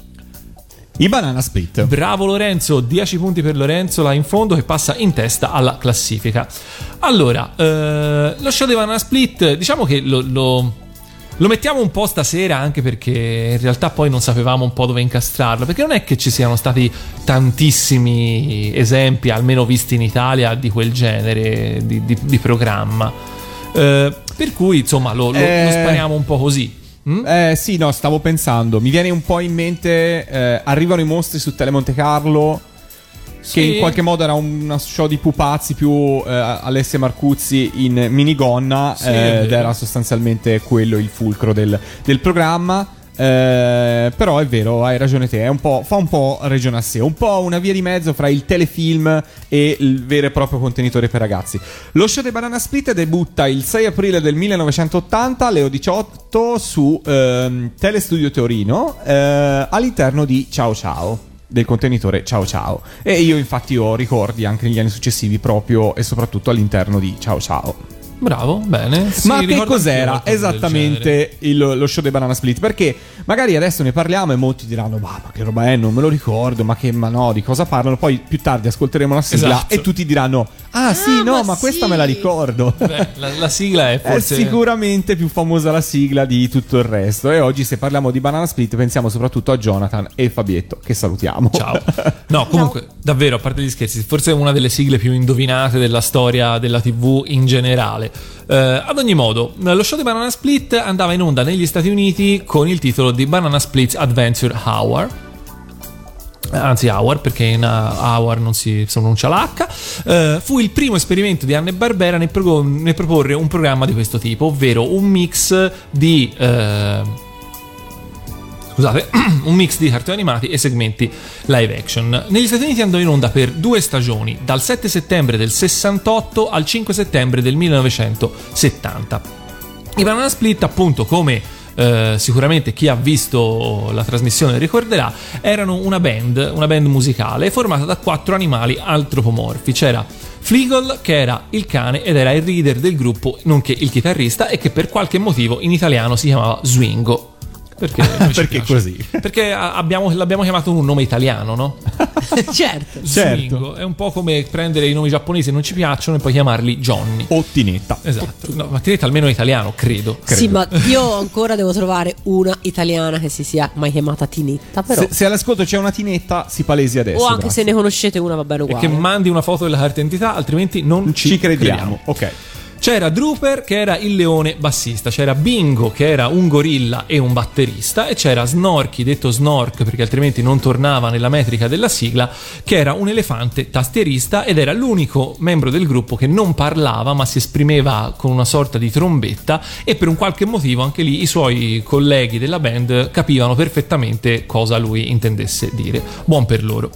I Banana Split. Bravo Lorenzo, dieci punti per Lorenzo là in fondo, che passa in testa alla classifica. Allora, eh, lo show dei Banana Split, diciamo che lo, lo, lo mettiamo un po' stasera anche perché in realtà poi non sapevamo un po' dove incastrarlo, perché non è che ci siano stati tantissimi esempi, almeno visti in Italia, di quel genere di, di, di programma. Eh, per cui insomma lo, lo, Eh... lo spariamo un po' così. Mm? Eh sì, no, stavo pensando. Mi viene un po' in mente eh, Arrivano i mostri su Tele Monte Carlo, Sì. che in qualche modo era una show di pupazzi più eh, Alessia Marcuzzi in minigonna, Sì, eh, è ed vero. era sostanzialmente quello il fulcro del, del programma. Eh, però è vero, hai ragione te, è un po', fa un po' regione a sé, un po' una via di mezzo fra il telefilm e il vero e proprio contenitore per ragazzi. Lo show dei Banana Split debutta il sei aprile del millenovecentottanta alle ore diciotto su ehm, Telestudio Torino, eh, all'interno di Ciao Ciao, del contenitore Ciao Ciao. E io infatti ho ricordi anche negli anni successivi proprio e soprattutto all'interno di Ciao Ciao. Bravo, bene. Sì, Ma che ricordo anch'io cos'era qualcosa del genere. esattamente il- lo show dei Banana Split? Perché magari adesso ne parliamo e molti diranno: ma, ma che roba è, non me lo ricordo, ma che ma no, di cosa parlano? Poi più tardi ascolteremo la sigla Esatto. e tutti diranno: ah sì, no, ma ma questa sì. me la ricordo. Beh, la, la sigla è È forse sicuramente più famosa la sigla di tutto il resto. E oggi, se parliamo di Banana Split, pensiamo soprattutto a Jonathan e Fabietto, che salutiamo. Ciao. No, comunque, davvero, a parte gli scherzi, forse è una delle sigle più indovinate della storia della tivù in generale. Eh, ad ogni modo, lo show di Banana Split andava in onda negli Stati Uniti con il titolo di Banana Split Adventure Hour. Anzi Hour, perché in uh, Hour non si pronuncia l'H. Eh, fu il primo esperimento di Hanna-Barbera nel, pro- nel proporre un programma di questo tipo, ovvero un mix di eh, Scusate, un mix di cartoni animati e segmenti live action. Negli Stati Uniti andò in onda per due stagioni, dal sette settembre del sessantotto al cinque settembre del millenovecentosettanta. I Banana Split, appunto, come eh, sicuramente chi ha visto la trasmissione ricorderà, erano una band, una band musicale formata da quattro animali antropomorfi. C'era Fleagle, che era il cane ed era il leader del gruppo, nonché il chitarrista, e che per qualche motivo in italiano si chiamava Swingo. Perché, non ci Perché piace. così? Perché abbiamo, l'abbiamo chiamato un nome italiano, no? Certo. Swingo. È un po' come prendere i nomi giapponesi che non ci piacciono e poi chiamarli Johnny. O Tinetta. Esatto. No, ma Tinetta almeno è italiano, credo. Sì, ma io ancora devo trovare una italiana che si sia mai chiamata Tinetta, però. Se, se all'ascolto c'è una Tinetta, si palesi adesso. o anche grazie. se ne conoscete una va bene E uguale. che mandi una foto della carta d'identità, altrimenti non ci, Ci crediamo. Ok. C'era Drooper, che era il leone bassista, c'era Bingo, che era un gorilla e un batterista, e c'era Snorky, detto Snork perché altrimenti non tornava nella metrica della sigla, che era un elefante tastierista ed era l'unico membro del gruppo che non parlava ma si esprimeva con una sorta di trombetta, e per un qualche motivo anche lì i suoi colleghi della band capivano perfettamente cosa lui intendesse dire. Buon per loro.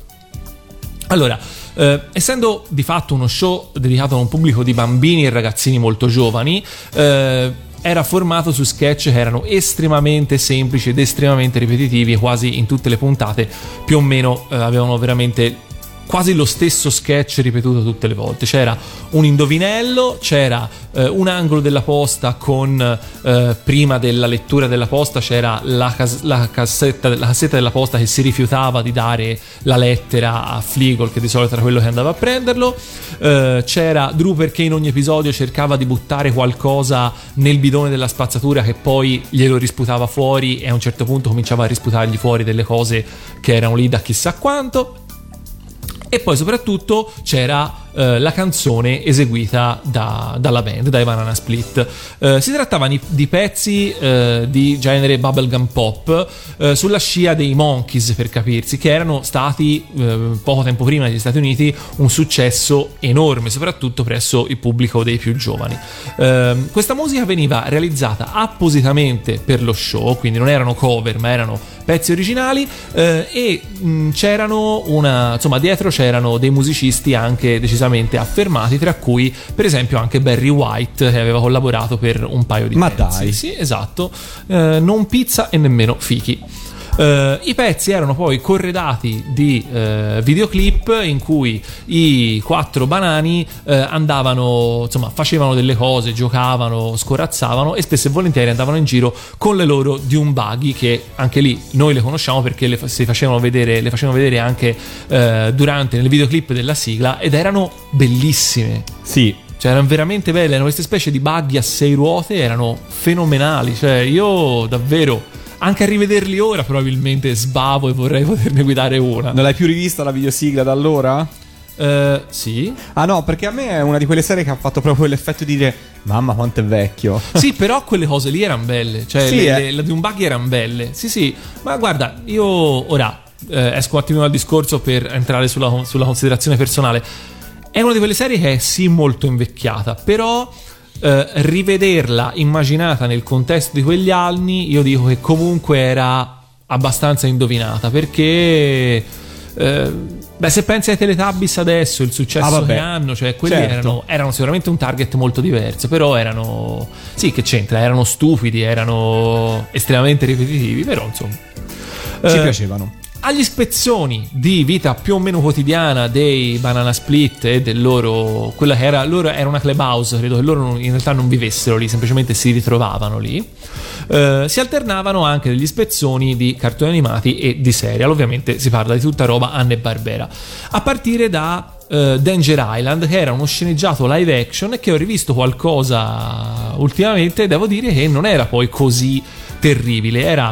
Allora, eh, essendo di fatto uno show dedicato a un pubblico di bambini e ragazzini molto giovani, eh, era formato su sketch che erano estremamente semplici ed estremamente ripetitivi, e quasi in tutte le puntate più o meno eh, avevano veramente quasi lo stesso sketch ripetuto tutte le volte. C'era un indovinello, c'era eh, un angolo della posta con eh, prima della lettura della posta c'era la, cas- la, cassetta, la cassetta della posta che si rifiutava di dare la lettera a Fleagle, che di solito era quello che andava a prenderlo. Eh, c'era Drooper che in ogni episodio cercava di buttare qualcosa nel bidone della spazzatura, che poi glielo risputava fuori, e a un certo punto cominciava a risputargli fuori delle cose che erano lì da chissà quanto. E poi soprattutto c'era eh, la canzone eseguita da, dalla band, dai Banana Split. Eh, si trattava di, di pezzi eh, di genere bubblegum pop, eh, sulla scia dei Monkees, per capirsi, che erano stati eh, poco tempo prima negli Stati Uniti un successo enorme, soprattutto presso il pubblico dei più giovani. Eh, questa musica veniva realizzata appositamente per lo show, quindi non erano cover ma erano pezzi originali, eh, e mh, c'erano una, insomma, dietro c'erano dei musicisti anche decisamente affermati, tra cui per esempio anche Barry White, che aveva collaborato per un paio di Ma pezzi. dai. Sì, esatto. Eh, non pizza e nemmeno fichi. Uh, I pezzi erano poi corredati di uh, videoclip in cui i quattro banani uh, andavano, insomma, facevano delle cose, giocavano, scorazzavano e spesso e volentieri andavano in giro con le loro dune buggy, che anche lì noi le conosciamo perché le, si facevano vedere, le facevano vedere anche uh, durante nel videoclip della sigla, ed erano bellissime. Sì. Cioè erano veramente belle, erano queste specie di buggy a sei ruote, erano fenomenali. Cioè io davvero, anche a rivederli ora probabilmente sbavo e vorrei poterne guidare una. Non l'hai più rivista la videosigla da allora? Uh, sì. Ah no, perché a me è una di quelle serie che ha fatto proprio l'effetto di dire mamma quanto è vecchio. Sì, però quelle cose lì erano belle. Cioè Sì, le, eh. le, le di un buggy erano belle. Sì, sì. Ma guarda, io ora eh, esco un attimo dal discorso per entrare sulla, sulla considerazione personale. È una di quelle serie che è sì molto invecchiata, però Uh, rivederla immaginata nel contesto di quegli anni, io dico che comunque era abbastanza indovinata, perché uh, beh, se pensi ai Teletubbies adesso, il successo Ah, vabbè. che hanno, cioè quelli Certo. erano, erano sicuramente un target molto diverso, però erano, sì, che c'entra, erano stupidi, erano estremamente ripetitivi, però insomma Ci Uh, piacevano. agli spezzoni di vita più o meno quotidiana dei Banana Split e del loro, quella che era loro era una clubhouse, credo che loro non- in realtà non vivessero lì, semplicemente si ritrovavano lì, eh, si alternavano anche degli spezzoni di cartoni animati e di serial. Ovviamente si parla di tutta roba Hanna-Barbera, a partire da eh, Danger Island, che era uno sceneggiato live action e che ho rivisto qualcosa ultimamente, e devo dire che non era poi così terribile. Era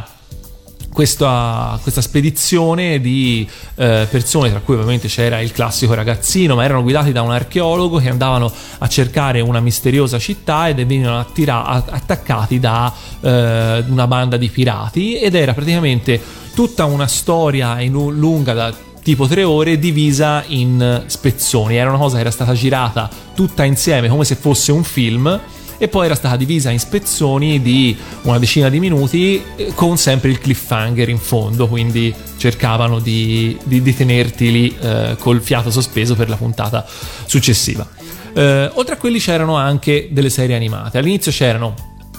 Questa, questa spedizione di eh, persone, tra cui ovviamente c'era il classico ragazzino, ma erano guidati da un archeologo, che andavano a cercare una misteriosa città ed venivano attira- attaccati da eh, una banda di pirati, ed era praticamente tutta una storia in un- lunga da tipo tre ore, divisa in spezzoni. Era una cosa che era stata girata tutta insieme come se fosse un film, e poi era stata divisa in spezzoni di una decina di minuti, eh, con sempre il cliffhanger in fondo, quindi cercavano di, di, di tenerti lì eh, col fiato sospeso per la puntata successiva. Eh, oltre a quelli c'erano anche delle serie animate. All'inizio c'erano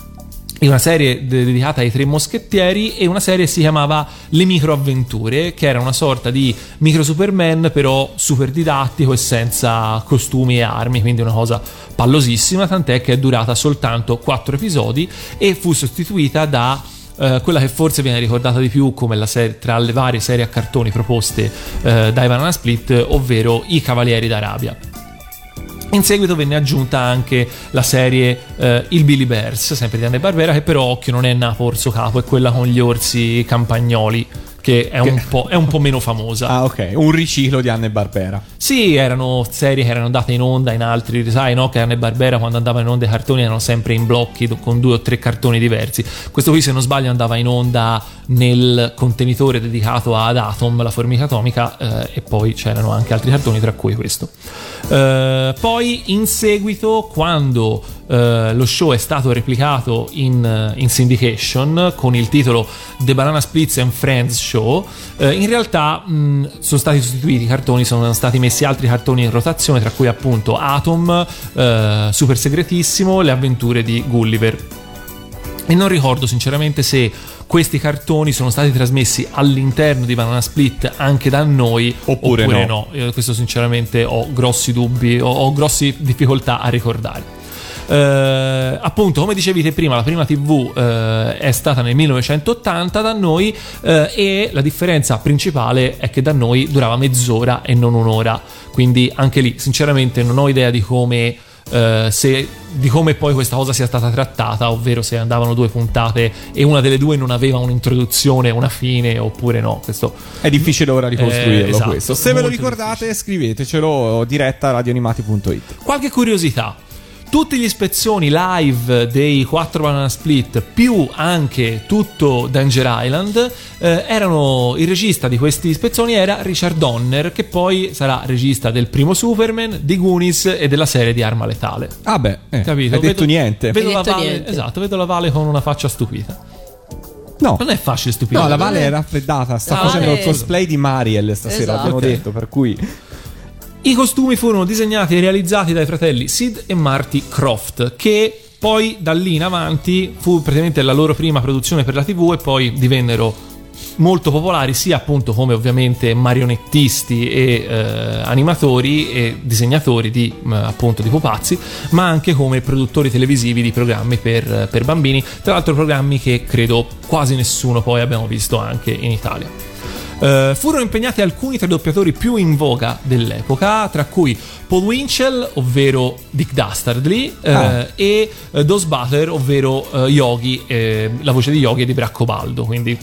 una serie dedicata ai Tre Moschettieri e una serie che si chiamava Le Microavventure, che era una sorta di Micro Superman però super didattico e senza costumi e armi, quindi una cosa pallosissima, tant'è che è durata soltanto quattro episodi e fu sostituita da Uh, quella che forse viene ricordata di più come la serie, tra le varie serie a cartoni proposte uh, dai Banana Split, ovvero I Cavalieri d'Arabia. In seguito venne aggiunta anche la serie uh, Il Billy Bears, sempre di Hanna-Barbera, che però, occhio, non è Napo Orso Capo, è quella con gli orsi campagnoli, che è, un po', è un po' meno famosa. Ah, ok, un riciclo di Hanna-Barbera. Sì, erano serie che erano andate in onda in altri, sai, no? Che Hanna-Barbera quando andava in onda i cartoni erano sempre in blocchi con due o tre cartoni diversi. Questo qui, se non sbaglio, andava in onda nel contenitore dedicato ad Atom, la formica atomica, eh, e poi c'erano anche altri cartoni, tra cui questo. Eh, poi in seguito, quando eh, lo show è stato replicato in, in syndication con il titolo The Banana Splits and Friends Show, eh, in realtà mh, sono stati sostituiti i cartoni, sono stati messi altri cartoni in rotazione, tra cui appunto Atom, eh, Super Segretissimo, Le avventure di Gulliver. E non ricordo sinceramente se questi cartoni sono stati trasmessi all'interno di Banana Split anche da noi Oppure oppure no. no. Io questo sinceramente ho grossi dubbi, ho, ho grossi difficoltà a ricordare. Uh, appunto, come dicevi te prima, la prima tivù uh, è stata nel millenovecentottanta da noi, uh, e la differenza principale è che da noi durava mezz'ora e non un'ora, quindi anche lì sinceramente non ho idea di come eh, se di come poi questa cosa sia stata trattata, ovvero se andavano due puntate e una delle due non aveva un'introduzione, una fine, oppure no. Questo è difficile ora ricostruirlo, eh, esatto, questo. Se ve lo molto ricordate, difficile. scrivetecelo diretta a radioanimati punto it. Qualche curiosità: tutti gli spezzoni live dei quattro Banana Split, più anche tutto Danger Island, eh, erano il regista di questi spezzoni era Richard Donner, che poi sarà regista del primo Superman, di Goonies e della serie di Arma Letale. Ah beh, eh, Capito? hai detto Vedo- niente. Vedo Hai la detto Vale, niente. esatto, vedo la Vale con una faccia stupita. No. Non è facile stupire. No, la non Vale è- è raffreddata, sta La facendo Vale- il cosplay di Mariel stasera, Esatto. abbiamo Ok. detto, per cui I costumi furono disegnati e realizzati dai fratelli Sid e Marty Croft, che poi da lì in avanti fu praticamente la loro prima produzione per la tivù e poi divennero molto popolari sia appunto come ovviamente marionettisti e eh, animatori e disegnatori di eh, appunto di pupazzi, ma anche come produttori televisivi di programmi per, per bambini, tra l'altro programmi che credo quasi nessuno poi abbiamo visto anche in Italia. Uh, furono impegnati alcuni tra i doppiatori più in voga dell'epoca, tra cui Paul Winchell, ovvero Dick Dastardly, uh, Ah. e uh, Dos Butler, ovvero uh, Yogi, eh, la voce di Yogi e di Braccobaldo, quindi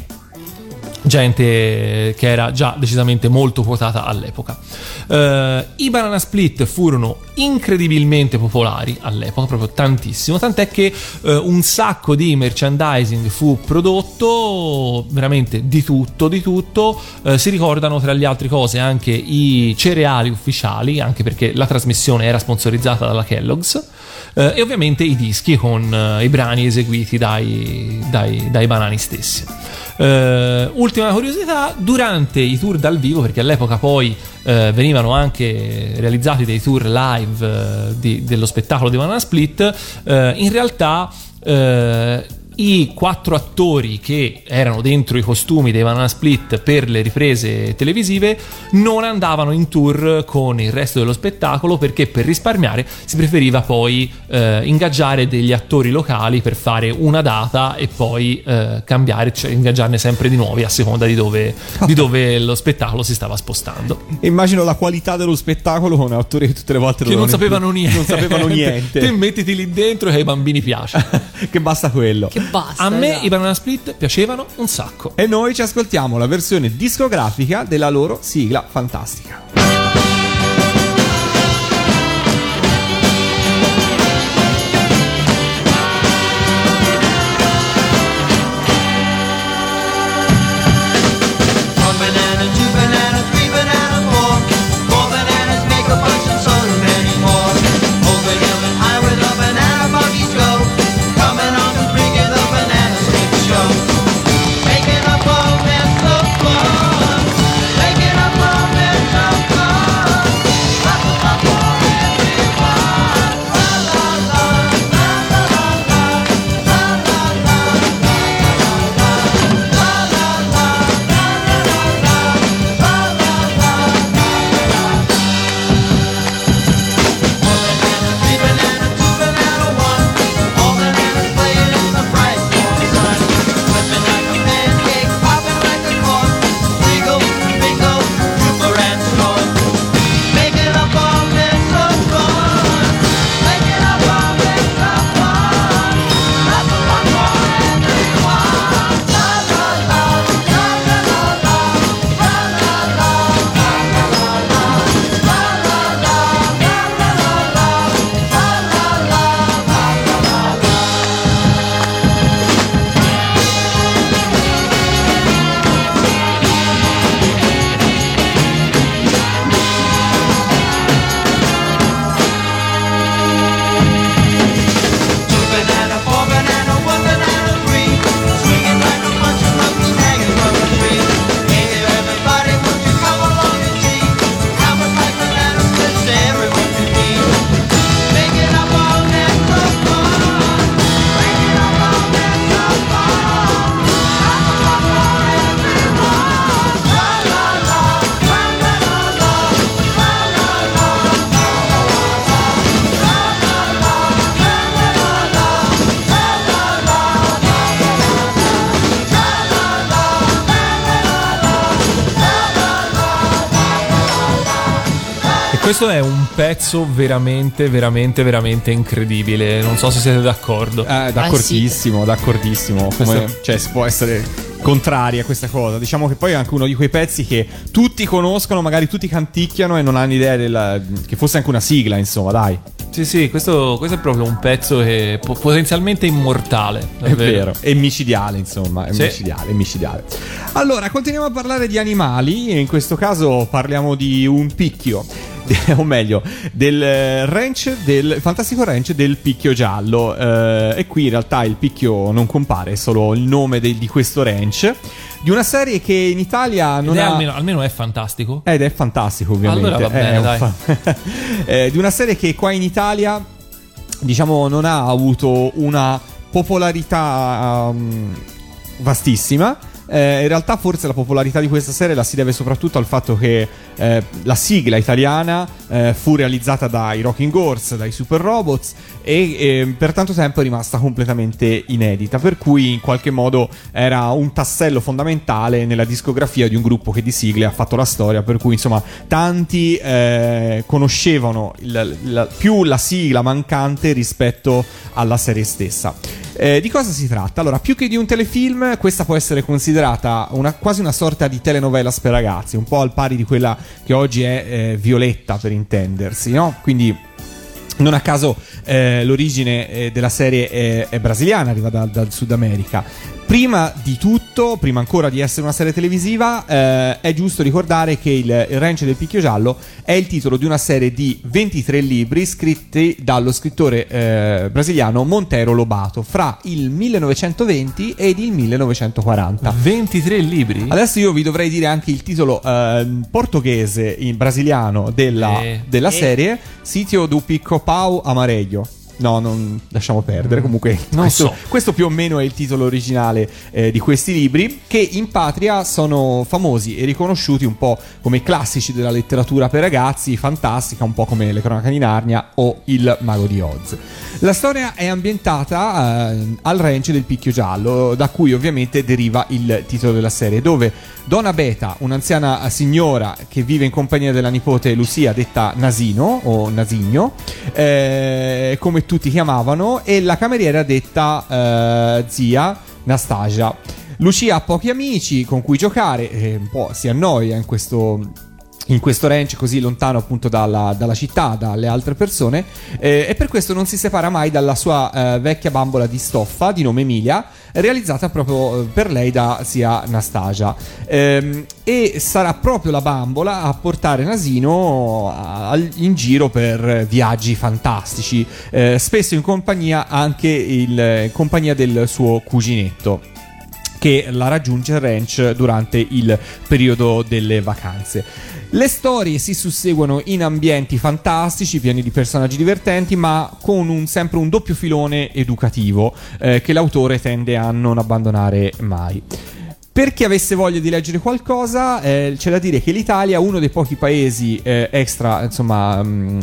gente che era già decisamente molto quotata all'epoca. Uh, I Banana Split furono incredibilmente popolari all'epoca, proprio tantissimo, tant'è che uh, un sacco di merchandising fu prodotto, veramente di tutto, di tutto. Uh, si ricordano tra le altre cose anche i cereali ufficiali, anche perché la trasmissione era sponsorizzata dalla Kellogg's, uh, e ovviamente i dischi con uh, i brani eseguiti dai, dai, dai banani stessi. Uh, ultima curiosità: durante i tour dal vivo, perché all'epoca poi uh, venivano anche realizzati dei tour live uh, di, dello spettacolo di Banana Split, uh, in realtà uh, i quattro attori che erano dentro i costumi dei Banana Split per le riprese televisive non andavano in tour con il resto dello spettacolo, perché per risparmiare si preferiva poi eh, ingaggiare degli attori locali per fare una data e poi eh, cambiare, cioè ingaggiarne sempre di nuovi a seconda di dove, di dove lo spettacolo si stava spostando. immagino la qualità dello spettacolo con attori che tutte le volte Che non dovevano- sapevano niente. non sapevano niente. Te mettiti lì dentro e ai bambini piace. Che basta quello. Che basta. A me esatto. i Banana Split piacevano un sacco. E noi ci ascoltiamo la versione discografica della loro sigla fantastica. One banana, two banana, three banana, four. Four bananas make a bunch and so do many more. Over hill and high where the banana buggies go. Coming on the bring of the banana split show. Making up all mess of fun. Making up all mess of fun. Questo è un pezzo veramente, veramente, veramente incredibile. Non so se siete d'accordo. Eh, d'accordissimo, Ah, d'accordissimo. Come, cioè, si può essere contrari a questa cosa. Diciamo che poi è anche uno di quei pezzi che tutti conoscono, magari tutti canticchiano e non hanno idea della, che fosse anche una sigla, insomma, dai. Sì, sì, questo, questo è proprio un pezzo che è po- potenzialmente immortale. È vero, è micidiale, insomma, è Sì. micidiale, è micidiale. Allora, continuiamo a parlare di animali e in questo caso parliamo di un picchio, o meglio, del ranch, del fantastico ranch del picchio giallo. Eh, e qui in realtà il picchio non compare, è solo il nome de- di questo ranch, di una serie che in Italia non Ed è ha... almeno, almeno è fantastico. Ed è fantastico, ovviamente. Allora va bene, È un dai. fa- eh, di una serie che qua in Italia, diciamo, non ha avuto una popolarità um, vastissima. Eh, in realtà forse la popolarità di questa serie la si deve soprattutto al fatto che eh, la sigla italiana eh, fu realizzata dai Rocking Horse, dai Super Robots, e eh, per tanto tempo è rimasta completamente inedita, per cui in qualche modo era un tassello fondamentale nella discografia di un gruppo che di sigle ha fatto la storia, per cui insomma tanti eh, conoscevano il, la, più la sigla mancante rispetto alla serie stessa. Eh, di cosa si tratta? Allora, più che di un telefilm, questa può essere considerata una, quasi una sorta di telenovelas per ragazzi, un po' al pari di quella che oggi è eh, Violetta, per intendersi, no? Quindi non a caso eh, l'origine eh, della serie è, è brasiliana, arriva da- dal Sud America. Prima di tutto, prima ancora di essere una serie televisiva, eh, è giusto ricordare che il, il Ranch del Picchio Giallo è il titolo di una serie di ventitré libri scritti dallo scrittore eh, brasiliano Monteiro Lobato fra il millenovecentoventi ed il millenovecentoquaranta. ventitré libri? Adesso io vi dovrei dire anche il titolo eh, portoghese in brasiliano della, Eh. della Eh. serie, Sitio do Pico-Pau Amareglio. No, non lasciamo perdere. Comunque, non questo, so. questo più o meno è il titolo originale eh, di questi libri, che in patria sono famosi e riconosciuti un po' come classici della letteratura per ragazzi, fantastica, un po' come Le Cronache di Narnia o Il Mago di Oz. La storia è ambientata eh, al ranch del Picchio Giallo, da cui ovviamente deriva il titolo della serie, dove Donna Beta, un'anziana signora che vive in compagnia della nipote Lucia, detta Nasino o Nasigno, eh, come tutti chiamavano, e la cameriera detta eh, zia Nastasia. Lucia ha pochi amici con cui giocare, e un po' si annoia in questo in questo ranch così lontano appunto dalla, dalla città, dalle altre persone, eh, e per questo non si separa mai dalla sua eh, vecchia bambola di stoffa di nome Emilia, realizzata proprio eh, per lei da zia Nastasia. Ehm, e sarà proprio la bambola a portare Nasino a- in giro per viaggi fantastici, eh, spesso in compagnia anche il, in compagnia del suo cuginetto, che la raggiunge al ranch durante il periodo delle vacanze. Le storie si susseguono in ambienti fantastici, pieni di personaggi divertenti, ma con un, sempre un doppio filone educativo eh, che l'autore tende a non abbandonare mai. Per chi avesse voglia di leggere qualcosa, eh, c'è da dire che l'Italia è uno dei pochi paesi eh, extra, insomma,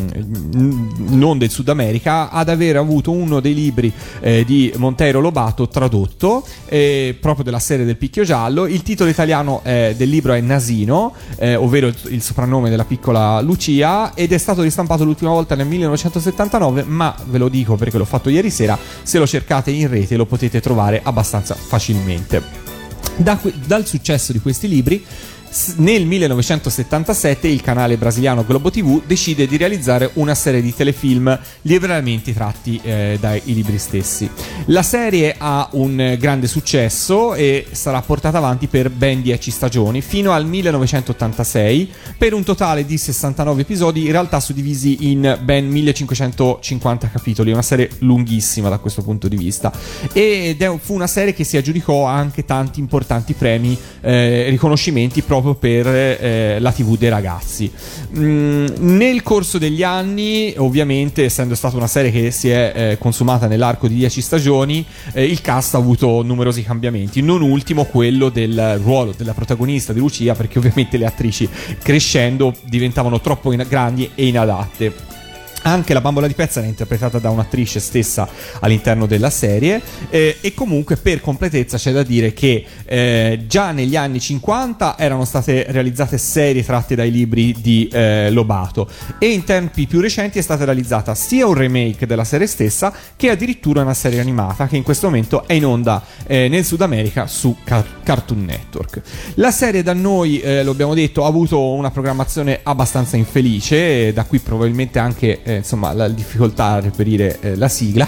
mh, non del Sud America, ad aver avuto uno dei libri eh, di Monteiro Lobato tradotto, eh, proprio della serie del Picchio Giallo. Il titolo italiano eh, del libro è Nasino, eh, ovvero il, il soprannome della piccola Lucia, ed è stato ristampato l'ultima volta nel millenovecentosettantanove, ma ve lo dico perché l'ho fatto ieri sera, se lo cercate in rete lo potete trovare abbastanza facilmente. Da que- dal successo di questi libri, s- nel millenovecentosettantasette il canale brasiliano Globo tivù decide di realizzare una serie di telefilm liberamente tratti eh, dai libri stessi. La serie ha un grande successo e sarà portata avanti per ben dieci stagioni fino al millenovecentottantasei, per un totale di sessantanove episodi, in realtà suddivisi in ben millecinquecentocinquanta capitoli. Una serie lunghissima da questo punto di vista, ed è, fu una serie che si aggiudicò anche tanti importanti premi e eh, riconoscimenti proprio per eh, la tivù dei ragazzi. Mm, nel corso degli anni, ovviamente, essendo stata una serie che si è eh, consumata nell'arco di dieci stagioni, eh, il cast ha avuto numerosi cambiamenti, non ultimo quello del ruolo della protagonista di Lucia, perché ovviamente le attrici crescendo diventavano troppo in- grandi e inadatte. Anche la bambola di pezza era interpretata da un'attrice stessa all'interno della serie, eh, e comunque per completezza c'è da dire che eh, già negli anni cinquanta erano state realizzate serie tratte dai libri di eh, Lobato, e in tempi più recenti è stata realizzata sia un remake della serie stessa che addirittura una serie animata che in questo momento è in onda eh, nel Sud America su Car- Cartoon Network. La serie da noi, eh, lo abbiamo detto, ha avuto una programmazione abbastanza infelice, e da qui probabilmente anche eh, insomma la difficoltà a reperire eh, la sigla.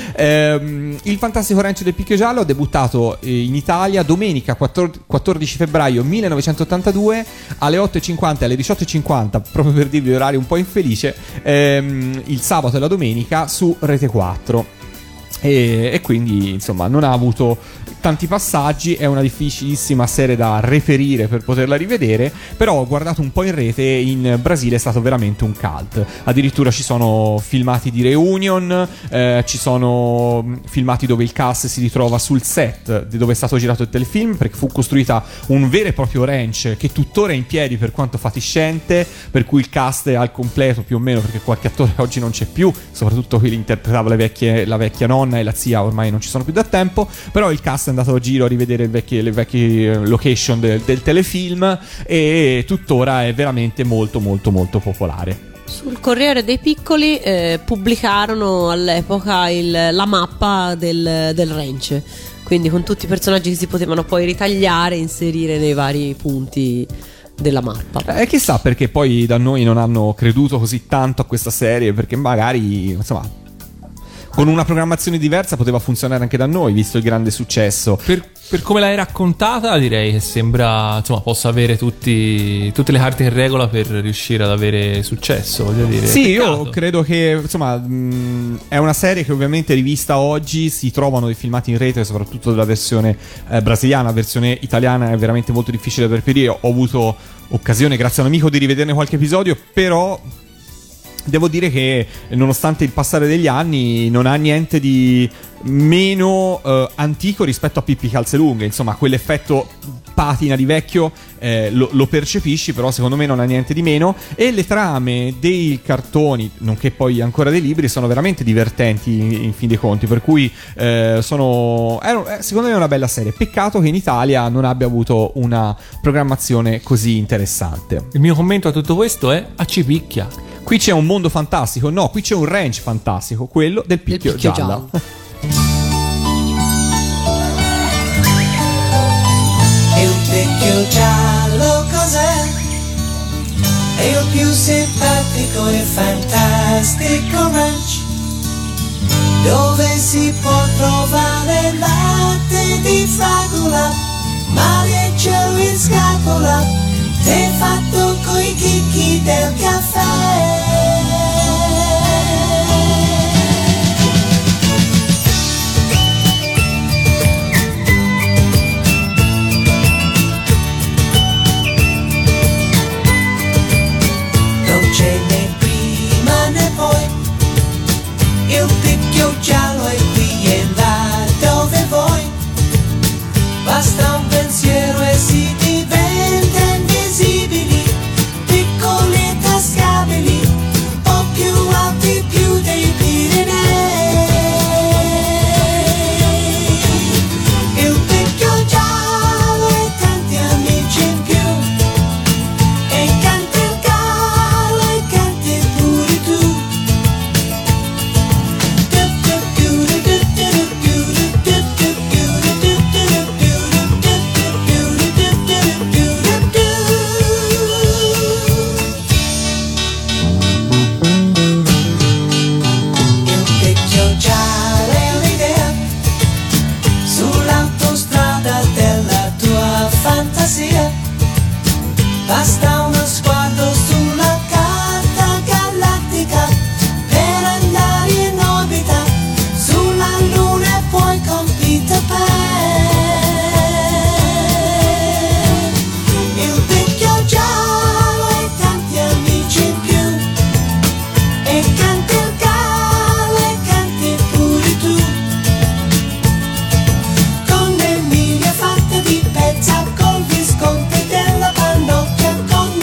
Ehm, il Fantastico Ranch del Picchio Giallo ha debuttato eh, in Italia domenica quattordici febbraio millenovecentottantadue alle otto e cinquanta e alle diciotto e cinquanta, proprio per dirvi orari un po' infelice, ehm, il sabato e la domenica su Rete quattro. E, e quindi insomma non ha avuto tanti passaggi, è una difficilissima serie da reperire per poterla rivedere, però ho guardato un po' in rete, in Brasile è stato veramente un cult, addirittura ci sono filmati di reunion, eh, ci sono filmati dove il cast si ritrova sul set di dove è stato girato il telefilm, perché fu costruita un vero e proprio ranch che tuttora è in piedi per quanto fatiscente, per cui il cast è al completo più o meno, perché qualche attore oggi non c'è più, soprattutto chi interpretava le vecchie, la vecchia nonna e la zia ormai non ci sono più da tempo, però il cast è andato a giro a rivedere vecchie, le vecchie location del, del telefilm, e tuttora è veramente molto molto molto popolare. Sul Corriere dei Piccoli eh, pubblicarono all'epoca il, la mappa del, del ranch, quindi con tutti i personaggi che si potevano poi ritagliare e inserire nei vari punti della mappa. E eh, chissà perché poi da noi non hanno creduto così tanto a questa serie, perché magari insomma con una programmazione diversa poteva funzionare anche da noi, visto il grande successo. Per, per come l'hai raccontata, direi che sembra, insomma, possa avere tutti, tutte le carte in regola per riuscire ad avere successo, voglio dire. Sì, peccato. Io credo che, insomma, mh, è una serie che ovviamente rivista oggi, si trovano dei filmati in rete, soprattutto della versione eh, brasiliana, la versione italiana è veramente molto difficile da reperire. Ho avuto occasione, grazie a un amico, di rivederne qualche episodio, però devo dire che nonostante il passare degli anni non ha niente di meno eh, antico rispetto a Pippi Calzelunghe, insomma quell'effetto patina di vecchio eh, lo, lo percepisci, però secondo me non ha niente di meno, e le trame dei cartoni nonché poi ancora dei libri sono veramente divertenti in, in fin dei conti, per cui eh, sono eh, secondo me è una bella serie. Peccato che in Italia non abbia avuto una programmazione così interessante. Il mio commento a tutto questo è: a ci picchia. Qui c'è un mondo fantastico, no, qui c'è un ranch fantastico, quello del Picchio, del Picchio Giallo. Il picchio giallo cos'è? È il più simpatico e fantastico ranch, dove si può trovare latte di fragola, maliggio in scatola, tè fatto coi chicchi del caffè. Non c'è né prima né poi, il picchio giallo è qui e là dove vuoi, basta un pensiero e si diventa invisibili, piccoli e tascabili, un po' più alti più dei Pirenei. Il picchio giallo e tanti amici in più, e canta il gallo e canti pure tu. Il picchio giallo è un'idea sull'autostrada della tua fantasia, basta uno sguardo sulla carta galattica per andare in orbita sulla luna e poi con Peter Pan. Il picchio giallo e tanti amici in più, e canta il gallo e canti pure tu, con le miglia fatte di pezza, con Visconti della Pannocchia, con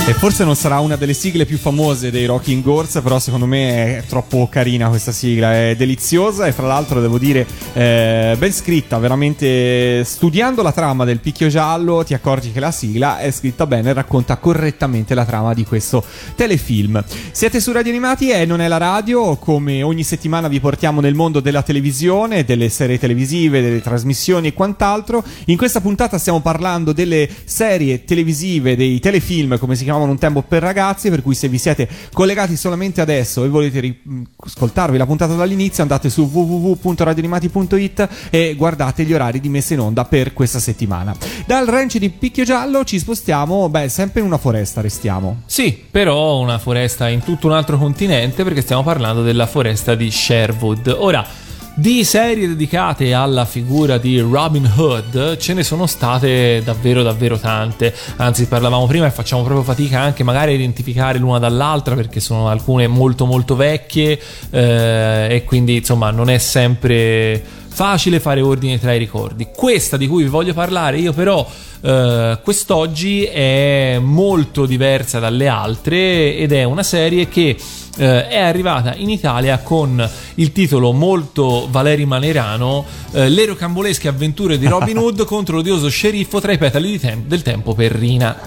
E forse non sarà una delle sigle più famose dei Rocking Horse, però secondo me è troppo carina questa sigla, è deliziosa e fra l'altro devo dire eh, ben scritta, veramente. Studiando la trama del Picchio Giallo ti accorgi che la sigla è scritta bene e racconta correttamente la trama di questo telefilm. Siete su Radio Animati e Non è la radio, come ogni settimana vi portiamo nel mondo della televisione, delle serie televisive, delle trasmissioni e quant'altro. In questa puntata stiamo parlando delle serie televisive, dei telefilm come si chiamavano un tempo per ragazzi, per cui se vi siete collegati solamente adesso e volete ri- ascoltarvi la puntata dall'inizio, andate su w w w punto radio animati punto i t e guardate gli orari di messa in onda per questa settimana. Dal ranch di Picchio Giallo ci spostiamo, beh, sempre in una foresta restiamo. Sì, però una foresta in tutto un altro continente, perché stiamo parlando della foresta di Sherwood. Ora, di serie dedicate alla figura di Robin Hood ce ne sono state davvero davvero tante, anzi parlavamo prima e facciamo proprio fatica anche magari a identificare l'una dall'altra, perché sono alcune molto molto vecchie eh, e quindi insomma non è sempre facile fare ordine tra i ricordi. Questa di cui vi voglio parlare io però Uh, quest'oggi è molto diversa dalle altre ed è una serie che uh, è arrivata in Italia con il titolo molto Valeri Manerano, uh, Le rocambolesche avventure di Robin Hood contro l'odioso sceriffo tra i petali di tem- del tempo per Rina.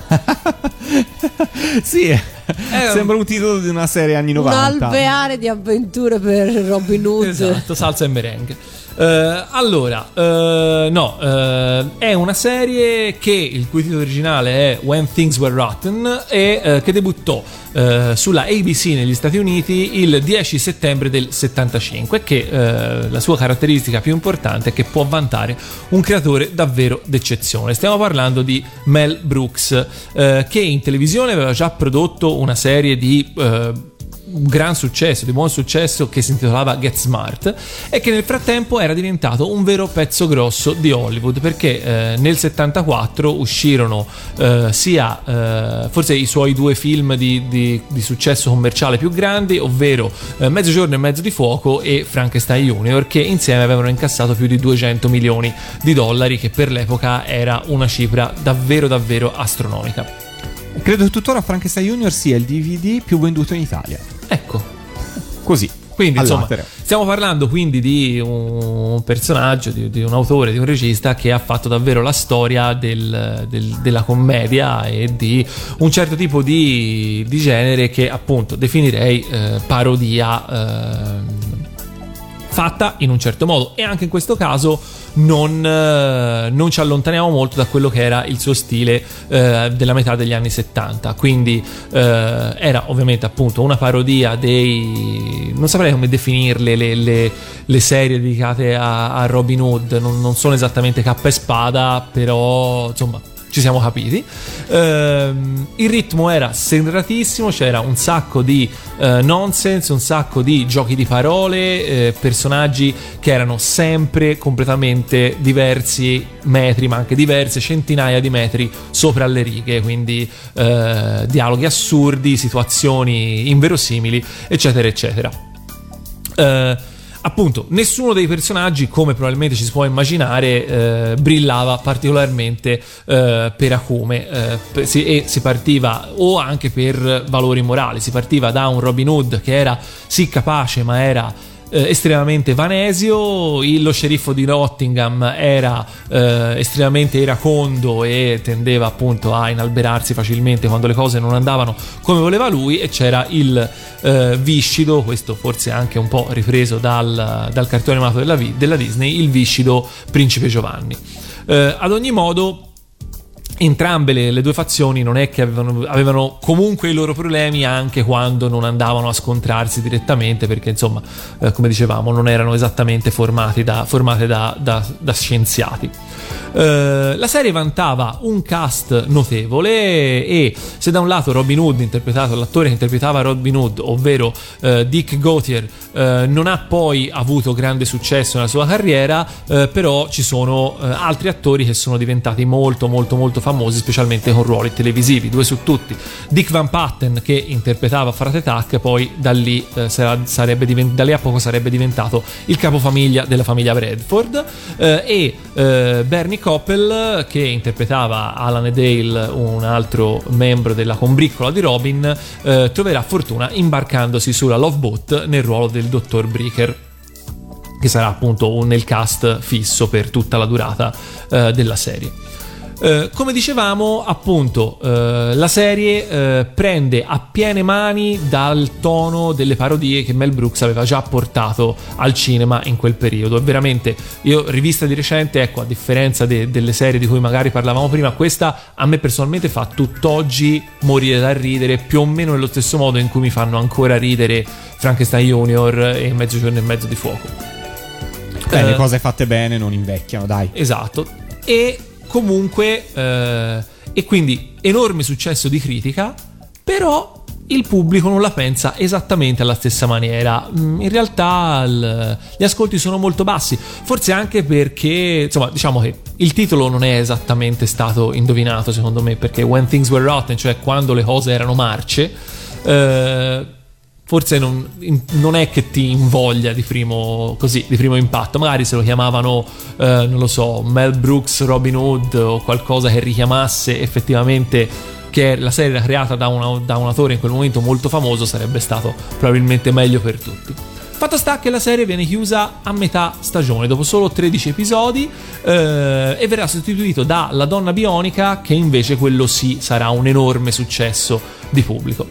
Sì, è sembra un titolo di una serie anni novanta. Un alveare di avventure per Robin Hood. Esatto, salsa e merengue. Uh, allora, uh, no, uh, è una serie che il cui titolo originale è When Things Were Rotten e uh, che debuttò uh, sulla A B C negli Stati Uniti il dieci settembre del settantacinque, che uh, la sua caratteristica più importante è che può vantare un creatore davvero d'eccezione. Stiamo parlando di Mel Brooks, uh, che in televisione aveva già prodotto una serie di uh, un gran successo, di buon successo, che si intitolava Get Smart e che nel frattempo era diventato un vero pezzo grosso di Hollywood, perché eh, nel settantaquattro uscirono eh, sia eh, forse i suoi due film di, di, di successo commerciale più grandi, ovvero eh, Mezzogiorno e Mezzo di Fuoco e Frankenstein Junior, che insieme avevano incassato più di duecento milioni di dollari, che per l'epoca era una cifra davvero davvero astronomica. Credo che tuttora Frankenstein Junior sia il D V D più venduto in Italia. Ecco, così. Quindi insomma, all'atere. Stiamo parlando quindi di un personaggio, di, di un autore, di un regista che ha fatto davvero la storia del, del, della commedia e di un certo tipo di, di genere che appunto definirei eh, parodia eh, fatta in un certo modo, e anche in questo caso non, eh, non ci allontaniamo molto da quello che era il suo stile eh, della metà degli anni settanta. Quindi eh, era ovviamente appunto una parodia dei, non saprei come definirle, le, le, le serie dedicate a, a Robin Hood, non, non sono esattamente cappa e spada, però insomma ci siamo capiti. Ehm, il ritmo era serratissimo, c'era un sacco di eh, nonsense, un sacco di giochi di parole, eh, personaggi che erano sempre completamente diversi metri, ma anche diverse centinaia di metri sopra le righe, quindi eh, dialoghi assurdi, situazioni inverosimili, eccetera eccetera. Eh, Appunto, nessuno dei personaggi, come probabilmente ci si può immaginare, eh, brillava particolarmente eh, per acume eh, per, si, e si partiva, o anche per valori morali, si partiva da un Robin Hood che era sì capace ma era Eh, estremamente vanesio, il, lo sceriffo di Nottingham era eh, estremamente iracondo e tendeva appunto a inalberarsi facilmente quando le cose non andavano come voleva lui, e c'era il eh, viscido, questo forse anche un po' ripreso dal, dal cartone animato della, della Disney, il viscido principe Giovanni. Eh, ad ogni modo, entrambe le, le due fazioni non è che avevano, avevano comunque i loro problemi anche quando non andavano a scontrarsi direttamente, perché insomma eh, come dicevamo non erano esattamente formati da, formate da, da, da scienziati. Eh, la serie vantava un cast notevole e se da un lato Robin Hood, interpretato l'attore che interpretava Robin Hood, ovvero eh, Dick Gautier, eh, non ha poi avuto grande successo nella sua carriera, eh, però ci sono eh, altri attori che sono diventati molto molto molto famosi, specialmente con ruoli televisivi, due su tutti. Dick Van Patten, che interpretava Frate Tuck, poi da lì eh, sarebbe divent- da lì a poco sarebbe diventato il capofamiglia della famiglia Bradford, eh, e eh, Bernie Coppel, che interpretava Alan e Dale, un altro membro della combriccola di Robin, eh, troverà fortuna imbarcandosi sulla Love Boat nel ruolo del dottor Breaker, che sarà appunto un, nel cast fisso per tutta la durata eh, della serie. Eh, come dicevamo, appunto, eh, la serie eh, prende a piene mani dal tono delle parodie che Mel Brooks aveva già portato al cinema in quel periodo. E veramente, io rivista di recente, ecco, a differenza de- delle serie di cui magari parlavamo prima, questa a me personalmente fa tutt'oggi morire dal ridere, più o meno nello stesso modo in cui mi fanno ancora ridere Frankenstein Junior e Mezzogiorno e mezzo di fuoco. Beh, Eh, le cose fatte bene non invecchiano, dai. Esatto. E comunque eh, e quindi enorme successo di critica, però il pubblico non la pensa esattamente alla stessa maniera. In realtà il, gli ascolti sono molto bassi, forse anche perché, insomma, diciamo che il titolo non è esattamente stato indovinato, secondo me, perché When Things Were Rotten, cioè quando le cose erano marce, eh, forse non, in, non è che ti invoglia di primo, così, di primo impatto. Magari se lo chiamavano, eh, non lo so, Mel Brooks, Robin Hood o qualcosa che richiamasse effettivamente che la serie era creata da, una, da un autore in quel momento molto famoso, sarebbe stato probabilmente meglio per tutti. Fatto sta che la serie viene chiusa a metà stagione, dopo solo tredici episodi, eh, e verrà sostituito da La Donna Bionica, che invece quello sì sarà un enorme successo di pubblico.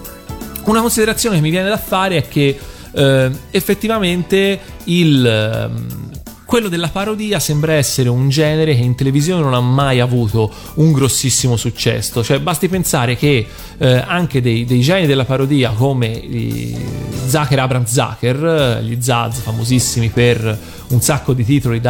Una considerazione che mi viene da fare è che eh, effettivamente il, eh, quello della parodia sembra essere un genere che in televisione non ha mai avuto un grossissimo successo. Cioè basti pensare che eh, anche dei, dei geni della parodia come i Zucker Abrams Zucker, gli Zaz, famosissimi per un sacco di titoli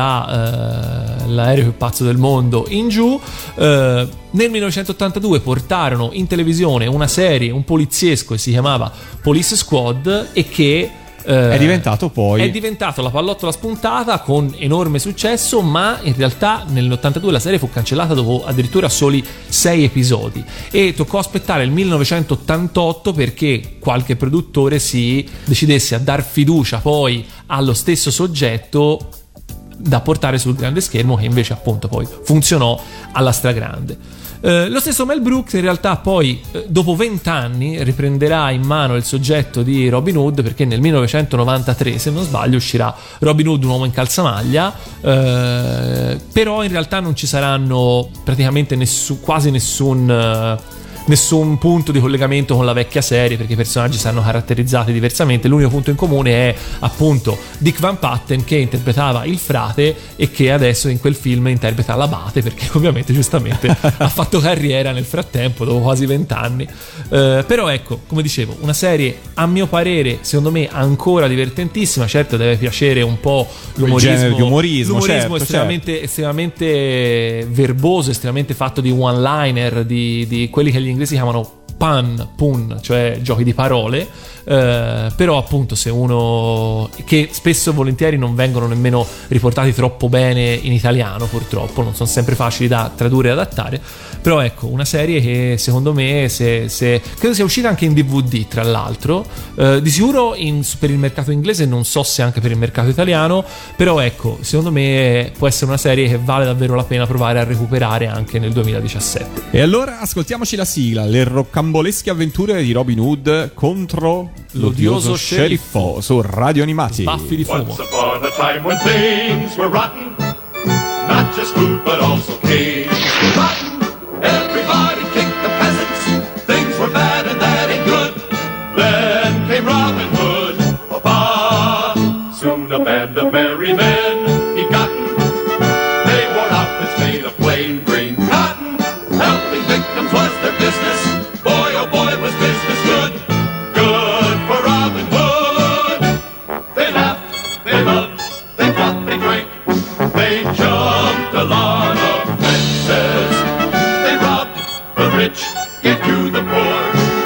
da eh, L'aereo più pazzo del mondo in giù, eh, nel millenovecentottantadue portarono in televisione una serie, un poliziesco che si chiamava Police Squad, e che eh, È diventato poi è diventato la pallottola spuntata con enorme successo, ma in realtà nell'ottantadue la serie fu cancellata dopo addirittura soli sei episodi e toccò aspettare il millenovecentottantotto perché qualche produttore si decidesse a dar fiducia poi allo stesso soggetto da portare sul grande schermo, che invece appunto poi funzionò alla stragrande. Eh, lo stesso Mel Brooks in realtà poi eh, dopo vent'anni riprenderà in mano il soggetto di Robin Hood, perché nel millenovecentonovantatré, se non sbaglio, uscirà Robin Hood, un uomo in calzamaglia, eh, però in realtà non ci saranno praticamente nessun, quasi nessun eh, nessun punto di collegamento con la vecchia serie, perché i personaggi saranno caratterizzati diversamente. L'unico punto in comune è appunto Dick Van Patten, che interpretava il frate e che adesso in quel film interpreta l'abate, perché ovviamente giustamente ha fatto carriera nel frattempo dopo quasi vent'anni. Eh, però ecco, come dicevo, una serie a mio parere secondo me ancora divertentissima. Certo, deve piacere un po' l'umorismo, genere di umorismo, l'umorismo certo, estremamente, certo. estremamente verboso, estremamente fatto di one liner, di, di quelli che gli inglesi chiamano pun, pun, cioè giochi di parole, eh, però appunto se uno, che spesso e volentieri non vengono nemmeno riportati troppo bene in italiano, purtroppo non sono sempre facili da tradurre e adattare, però ecco, una serie che secondo me se, se credo sia uscita anche in D V D, tra l'altro, eh, di sicuro in, per il mercato inglese, non so se anche per il mercato italiano, però ecco, secondo me può essere una serie che vale davvero la pena provare a recuperare anche nel duemiladiciassette. E allora ascoltiamoci la sigla, le roccambolesche avventure di Robin Hood contro l'odioso sceriffo su Radio Animati. Baffi di fumo. Once upon a time when things were rotten, not just food but also kings were rotten. Everybody kicked the peasants, things were bad and that ain't good. Then came Robin Hood, ba-ba. Soon a band of merry men he gotten. They wore outfits made of plain green cotton. Helping victims was their business. Boy, oh boy, was business good. Good for Robin Hood. They laughed, they loved, they fought, they drank. They jumped a lot of fences. They robbed the rich, gave to the poor,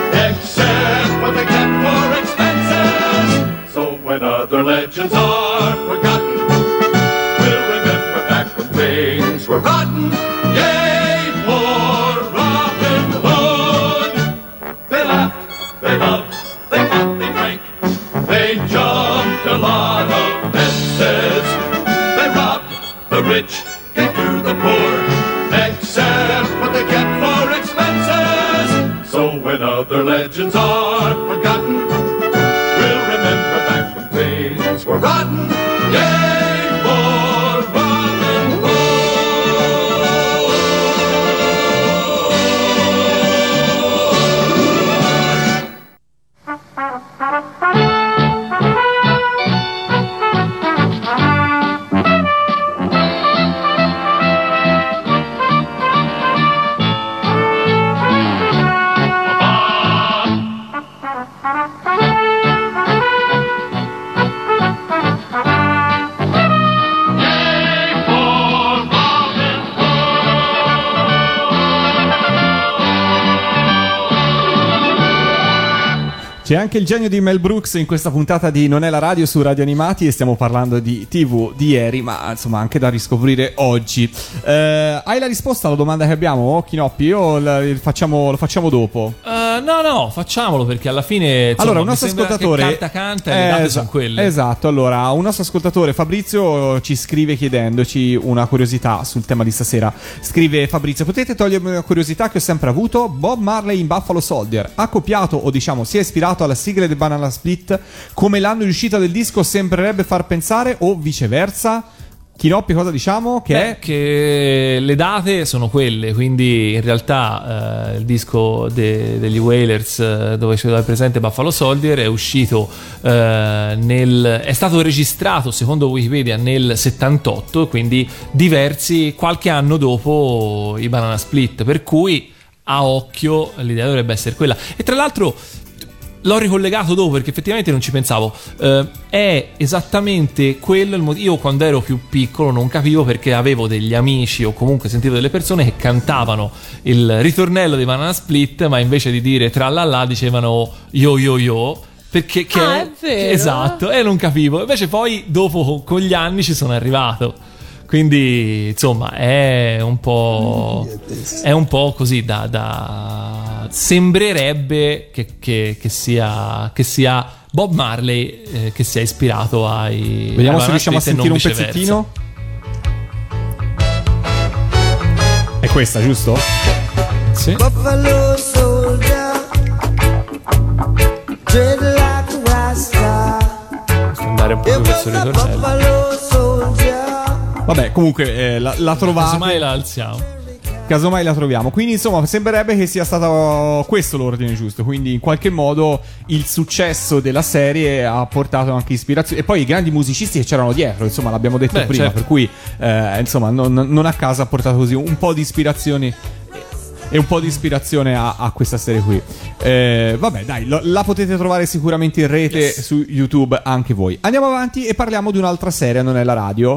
except what they kept for expenses. So when other legends are forgotten, we'll remember back when things were rotten. Yay for Robin Hood. They laughed, they loved, they fought, they drank. They jumped a lot of fences. They robbed the rich, gave to the poor. when other legends are forgotten, we'll remember back when things were rotten. Yay for Robin Hood! C'è anche il genio di Mel Brooks in questa puntata di Non è la radio su Radio Animati, e stiamo parlando di tivù di ieri, ma insomma anche da riscoprire oggi. Eh, hai la risposta alla domanda che abbiamo, Chinoppi, o la- facciamo, lo facciamo dopo? Uh, no, no, facciamolo, perché alla fine insomma, Allora, un mi nostro sembra ascoltatore che carta canta e le date esa- sono quelle. Esatto, allora, un nostro ascoltatore Fabrizio ci scrive chiedendoci una curiosità sul tema di stasera. Scrive Fabrizio: potete togliermi una curiosità che ho sempre avuto? Bob Marley in Buffalo Soldier ha copiato, o diciamo si è ispirato alla sigla del Banana Split, come l'anno di uscita del disco sembrerebbe far pensare, o viceversa? Chinoppi, cosa diciamo? Che Beh, è che le date sono quelle, quindi in realtà eh, il disco de- degli Wailers, eh, dove c'è presente Buffalo Soldier, è uscito eh, nel è stato registrato secondo Wikipedia nel settantotto, quindi diversi qualche anno dopo i Banana Split, per cui a occhio l'idea dovrebbe essere quella. E tra l'altro l'ho ricollegato dopo perché effettivamente non ci pensavo. Eh, è esattamente quello il motivo. Io quando ero più piccolo non capivo perché avevo degli amici o comunque sentivo delle persone che cantavano il ritornello di Banana Split, ma invece di dire tralala dicevano yo yo yo. Perché che Ah, è vero? Esatto, e non capivo. Invece poi dopo con gli anni ci sono arrivato. Quindi insomma è un po' è un po' così da, da sembrerebbe che, che, che sia che sia Bob Marley eh, che sia ispirato ai Vediamo ai se riusciamo a Split e non sentire un viceversa. pezzettino. È questa, giusto? Sì. Buffalo soldier, dread like a rasta. Andare un po' più verso il ritornello. Buffalo soldier. Vabbè, comunque eh, la, la trovate. Casomai la alziamo. Casomai la troviamo. Quindi insomma sembrerebbe che sia stato questo l'ordine giusto. Quindi in qualche modo il successo della serie ha portato anche ispirazione. E poi i grandi musicisti che c'erano dietro, insomma l'abbiamo detto Beh, prima. certo. Per cui eh, insomma non, non a caso ha portato così un po' di ispirazioni e un po' di ispirazione a, a questa serie qui. Eh, vabbè, dai, lo- la potete trovare sicuramente in rete Yes. su YouTube anche voi. Andiamo avanti e parliamo di un'altra serie, Non è la radio.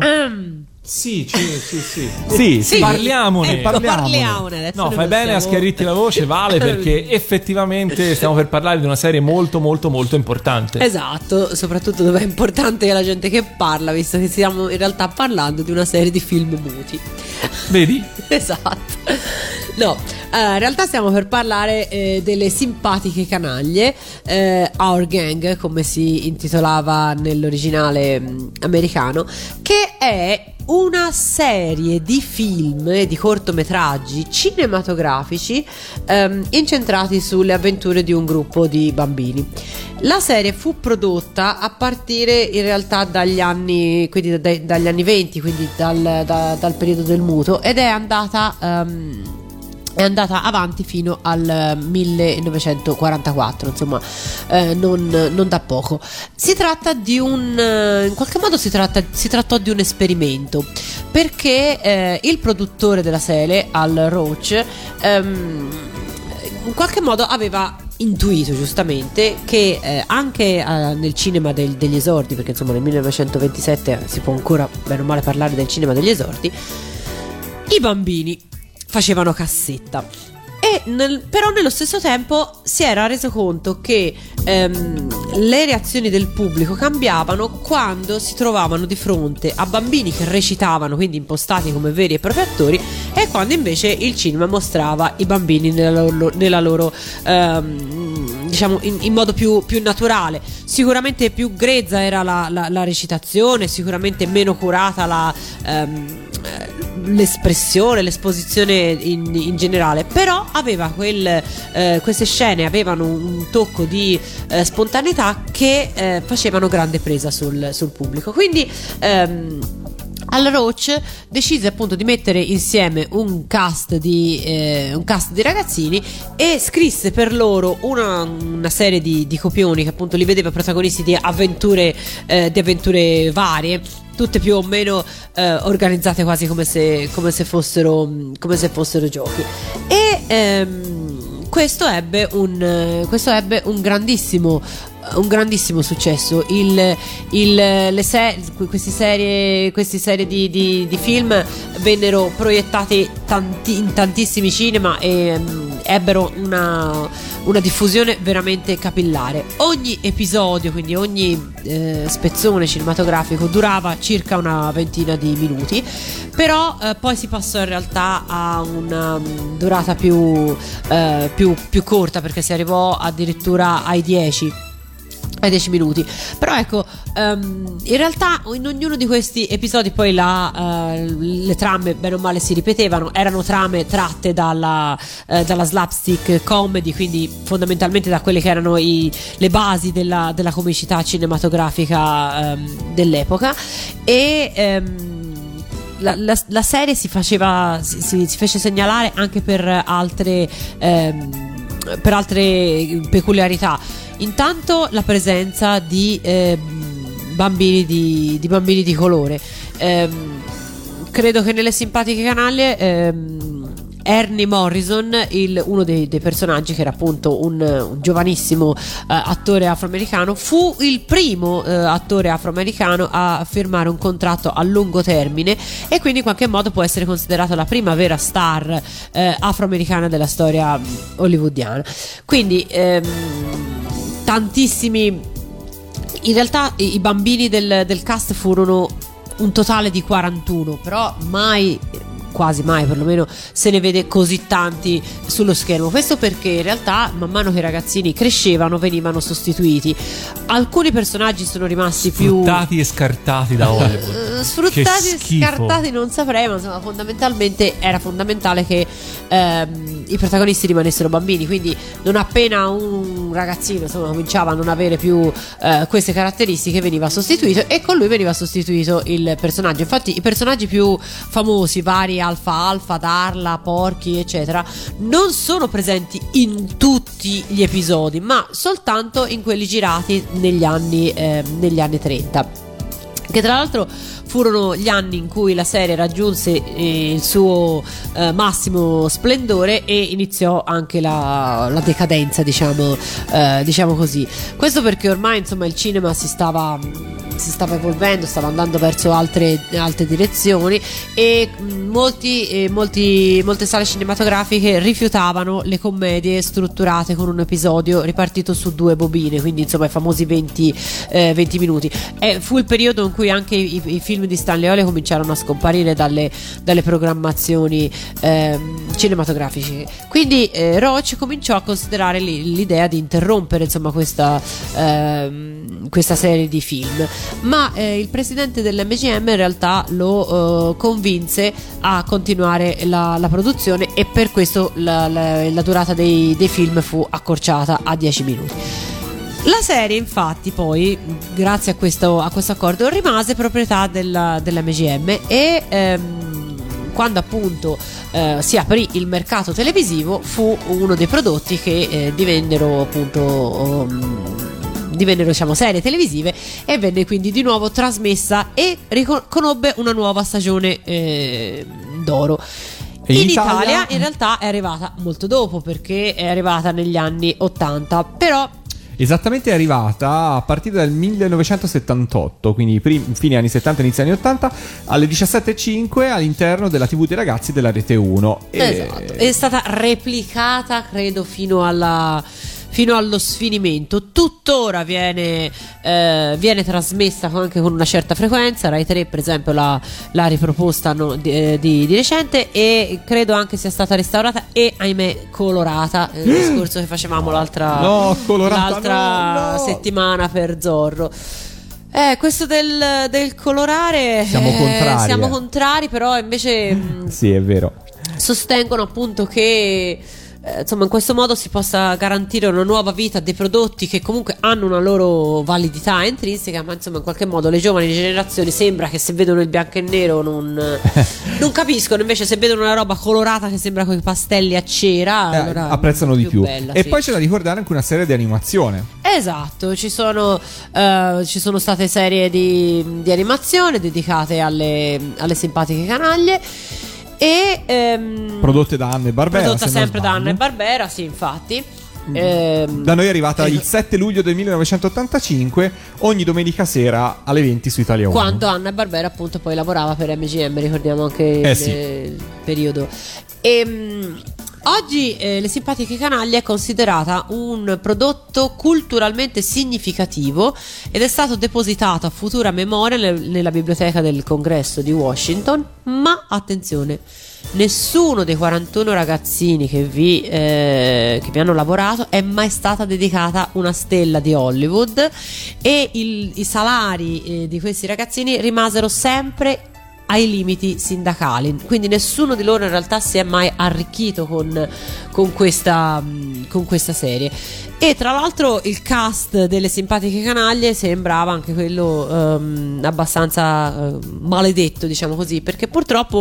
Sì, sì, sì, sì. Sì, sì. Parliamone. Ecco, Parliamone. parliamone. Adesso No, ne fai bene a possiamo- schiarirti la voce, Vale, perché effettivamente stiamo per parlare di una serie molto molto molto importante. Esatto, soprattutto dove è importante la gente che parla, visto che stiamo in realtà parlando di una serie di film muti. Vedi? Esatto. No, eh, in realtà stiamo per parlare eh, delle simpatiche canaglie, eh, Our Gang, come si intitolava nell'originale mh, americano, che è una serie di film e di cortometraggi cinematografici ehm, incentrati sulle avventure di un gruppo di bambini. La serie fu prodotta a partire in realtà dagli anni, quindi da- dagli anni venti, quindi dal, da- dal periodo del muto, ed è andata ehm, è andata avanti fino al millenovecentoquarantaquattro, insomma, eh, non, non da poco. Si tratta di un eh, in qualche modo si tratta si trattò di un esperimento, perché eh, il produttore della serie, Al Roach, ehm, in qualche modo aveva intuito giustamente che eh, anche eh, nel cinema del- degli esordi, perché insomma nel millenovecentoventisette si può ancora bene o male parlare del cinema degli esordi, i bambini facevano cassetta. E nel- però nello stesso tempo si era reso conto che ehm, le reazioni del pubblico cambiavano quando si trovavano di fronte a bambini che recitavano, quindi impostati come veri e propri attori, e quando invece il cinema mostrava i bambini nella loro, nella loro ehm, diciamo in, in modo più, più naturale. Sicuramente più grezza era la, la, la recitazione, sicuramente meno curata la ehm, l'espressione, l'esposizione in, in generale, però aveva quel, eh, queste scene avevano un tocco di eh, spontaneità che eh, facevano grande presa sul, sul pubblico. Quindi ehm, Al Roach decise appunto di mettere insieme un cast di, eh, un cast di ragazzini e scrisse per loro una, una serie di, di copioni che appunto li vedeva protagonisti di avventure, eh, di avventure varie, tutte più o meno eh, organizzate quasi come se, come se fossero come se fossero giochi. E ehm, questo ebbe un questo ebbe un grandissimo un grandissimo successo. Il, il, le se- queste serie, queste serie di, di, di film vennero proiettati tanti, in tantissimi cinema e um, ebbero una, una diffusione veramente capillare. Ogni episodio, quindi ogni eh, spezzone cinematografico durava circa una ventina di minuti, però eh, poi si passò in realtà a una um, durata più, eh, più, più corta, perché si arrivò addirittura ai dieci ai dieci minuti. Però ecco, um, in realtà in ognuno di questi episodi poi la, uh, le trame bene o male si ripetevano, erano trame tratte dalla, uh, dalla slapstick comedy, quindi fondamentalmente da quelle che erano i, le basi della, della comicità cinematografica um, dell'epoca. E um, La, la, la serie si faceva si, si, si fece segnalare anche per altre ehm, per altre peculiarità. Intanto la presenza di eh, bambini di, di bambini di colore. Ehm, credo che nelle simpatiche canaglie ehm, Ernie Morrison, il, uno dei, dei personaggi, che era appunto un, un giovanissimo eh, attore afroamericano, fu il primo eh, attore afroamericano a firmare un contratto a lungo termine e quindi in qualche modo può essere considerato la prima vera star eh, afroamericana della storia hollywoodiana. Quindi ehm, tantissimi, in realtà i, i bambini del, del cast furono un totale di quarantuno, però mai, quasi mai perlomeno, se ne vede così tanti sullo schermo. Questo perché in realtà man mano che i ragazzini crescevano venivano sostituiti. Alcuni personaggi sono rimasti più sfruttati e scartati da Hollywood. Sfruttati e scartati non saprei, ma insomma fondamentalmente era fondamentale che ehm, i protagonisti rimanessero bambini, quindi non appena un ragazzino insomma cominciava a non avere più eh, queste caratteristiche veniva sostituito, e con lui veniva sostituito il personaggio. Infatti i personaggi più famosi, vari Alfa Alfa, Darla, Porky eccetera, non sono presenti in tutti gli episodi, ma soltanto in quelli girati negli anni eh, negli anni trenta, che tra l'altro furono gli anni in cui la serie raggiunse eh, il suo eh, massimo splendore e iniziò anche la, la decadenza, diciamo, eh, diciamo così. Questo perché ormai insomma il cinema si stava si stava evolvendo, stava andando verso altre, altre direzioni, e molti, eh, molti, molte sale cinematografiche rifiutavano le commedie strutturate con un episodio ripartito su due bobine, quindi insomma i famosi venti, eh, venti minuti. E fu il periodo in cui anche i, i film di Stanley Oley cominciarono a scomparire dalle, dalle programmazioni eh, cinematografiche. Quindi eh, Roach cominciò a considerare l'idea di interrompere insomma questa, eh, questa serie di film, ma eh, il presidente dell'M G M in realtà lo eh, convinse a continuare la, la produzione, e per questo la, la, la durata dei, dei film fu accorciata a dieci minuti. La serie infatti poi, grazie a questo, a questo accordo, rimase proprietà della, dell'M G M, e ehm, quando appunto eh, si aprì il mercato televisivo fu uno dei prodotti che eh, divennero appunto um, divennero diciamo serie televisive, e venne quindi di nuovo trasmessa e riconobbe una nuova stagione eh, d'oro. E in in Italia? Italia In realtà è arrivata molto dopo, perché è arrivata negli anni ottanta, però esattamente è arrivata a partire dal millenovecentosettantotto, quindi prim- fine anni settanta, inizio anni ottanta, alle diciassette e cinque all'interno della tivù dei ragazzi della Rete uno. Esatto. È stata replicata credo fino alla fino allo sfinimento. Tuttora viene, eh, viene trasmessa anche con una certa frequenza. Rai tre per esempio l'ha, l'ha riproposta no, di, eh, di, di recente, e credo anche sia stata restaurata e ahimè colorata, il discorso che facevamo l'altra, No, colorata, l'altra no, no. settimana per Zorro. Eh, questo del, del colorare Siamo eh, contrari, siamo eh. contrari, però invece mh, Sì, è vero. sostengono appunto che eh, insomma in questo modo si possa garantire una nuova vita a dei prodotti che comunque hanno una loro validità intrinseca, ma insomma in qualche modo le giovani generazioni sembra che se vedono il bianco e nero non, non capiscono, invece se vedono una roba colorata che sembra con i pastelli a cera Eh, allora apprezzano di più. bella, E sì. poi c'è da ricordare anche una serie di animazione. Esatto, ci sono, eh, ci sono state serie di, di animazione dedicate alle, alle simpatiche canaglie e ehm, Prodotte da Hanna e Barbera. prodotta se non sempre da sbaglio. Hanna e Barbera, sì, infatti. Ehm, Da noi è arrivata eh, il sette luglio del millenovecentottantacinque, ogni domenica sera alle venti su Italia uno. quando Hanna e Barbera appunto poi lavorava per M G M, ricordiamo anche Eh, il, sì. il periodo. Ehm, oggi eh, Le simpatiche canaglie è considerata un prodotto culturalmente significativo ed è stato depositato a futura memoria nel- nella biblioteca del Congresso di Washington, ma attenzione, nessuno dei quarantuno ragazzini che vi, eh, che vi hanno lavorato è mai stata dedicata una stella di Hollywood, e il- i salari eh, di questi ragazzini rimasero sempre ai limiti sindacali, quindi nessuno di loro in realtà si è mai arricchito con, con questa, mh, con questa serie. E tra l'altro il cast delle simpatiche canaglie sembrava anche quello ehm, abbastanza eh, maledetto, diciamo così, perché purtroppo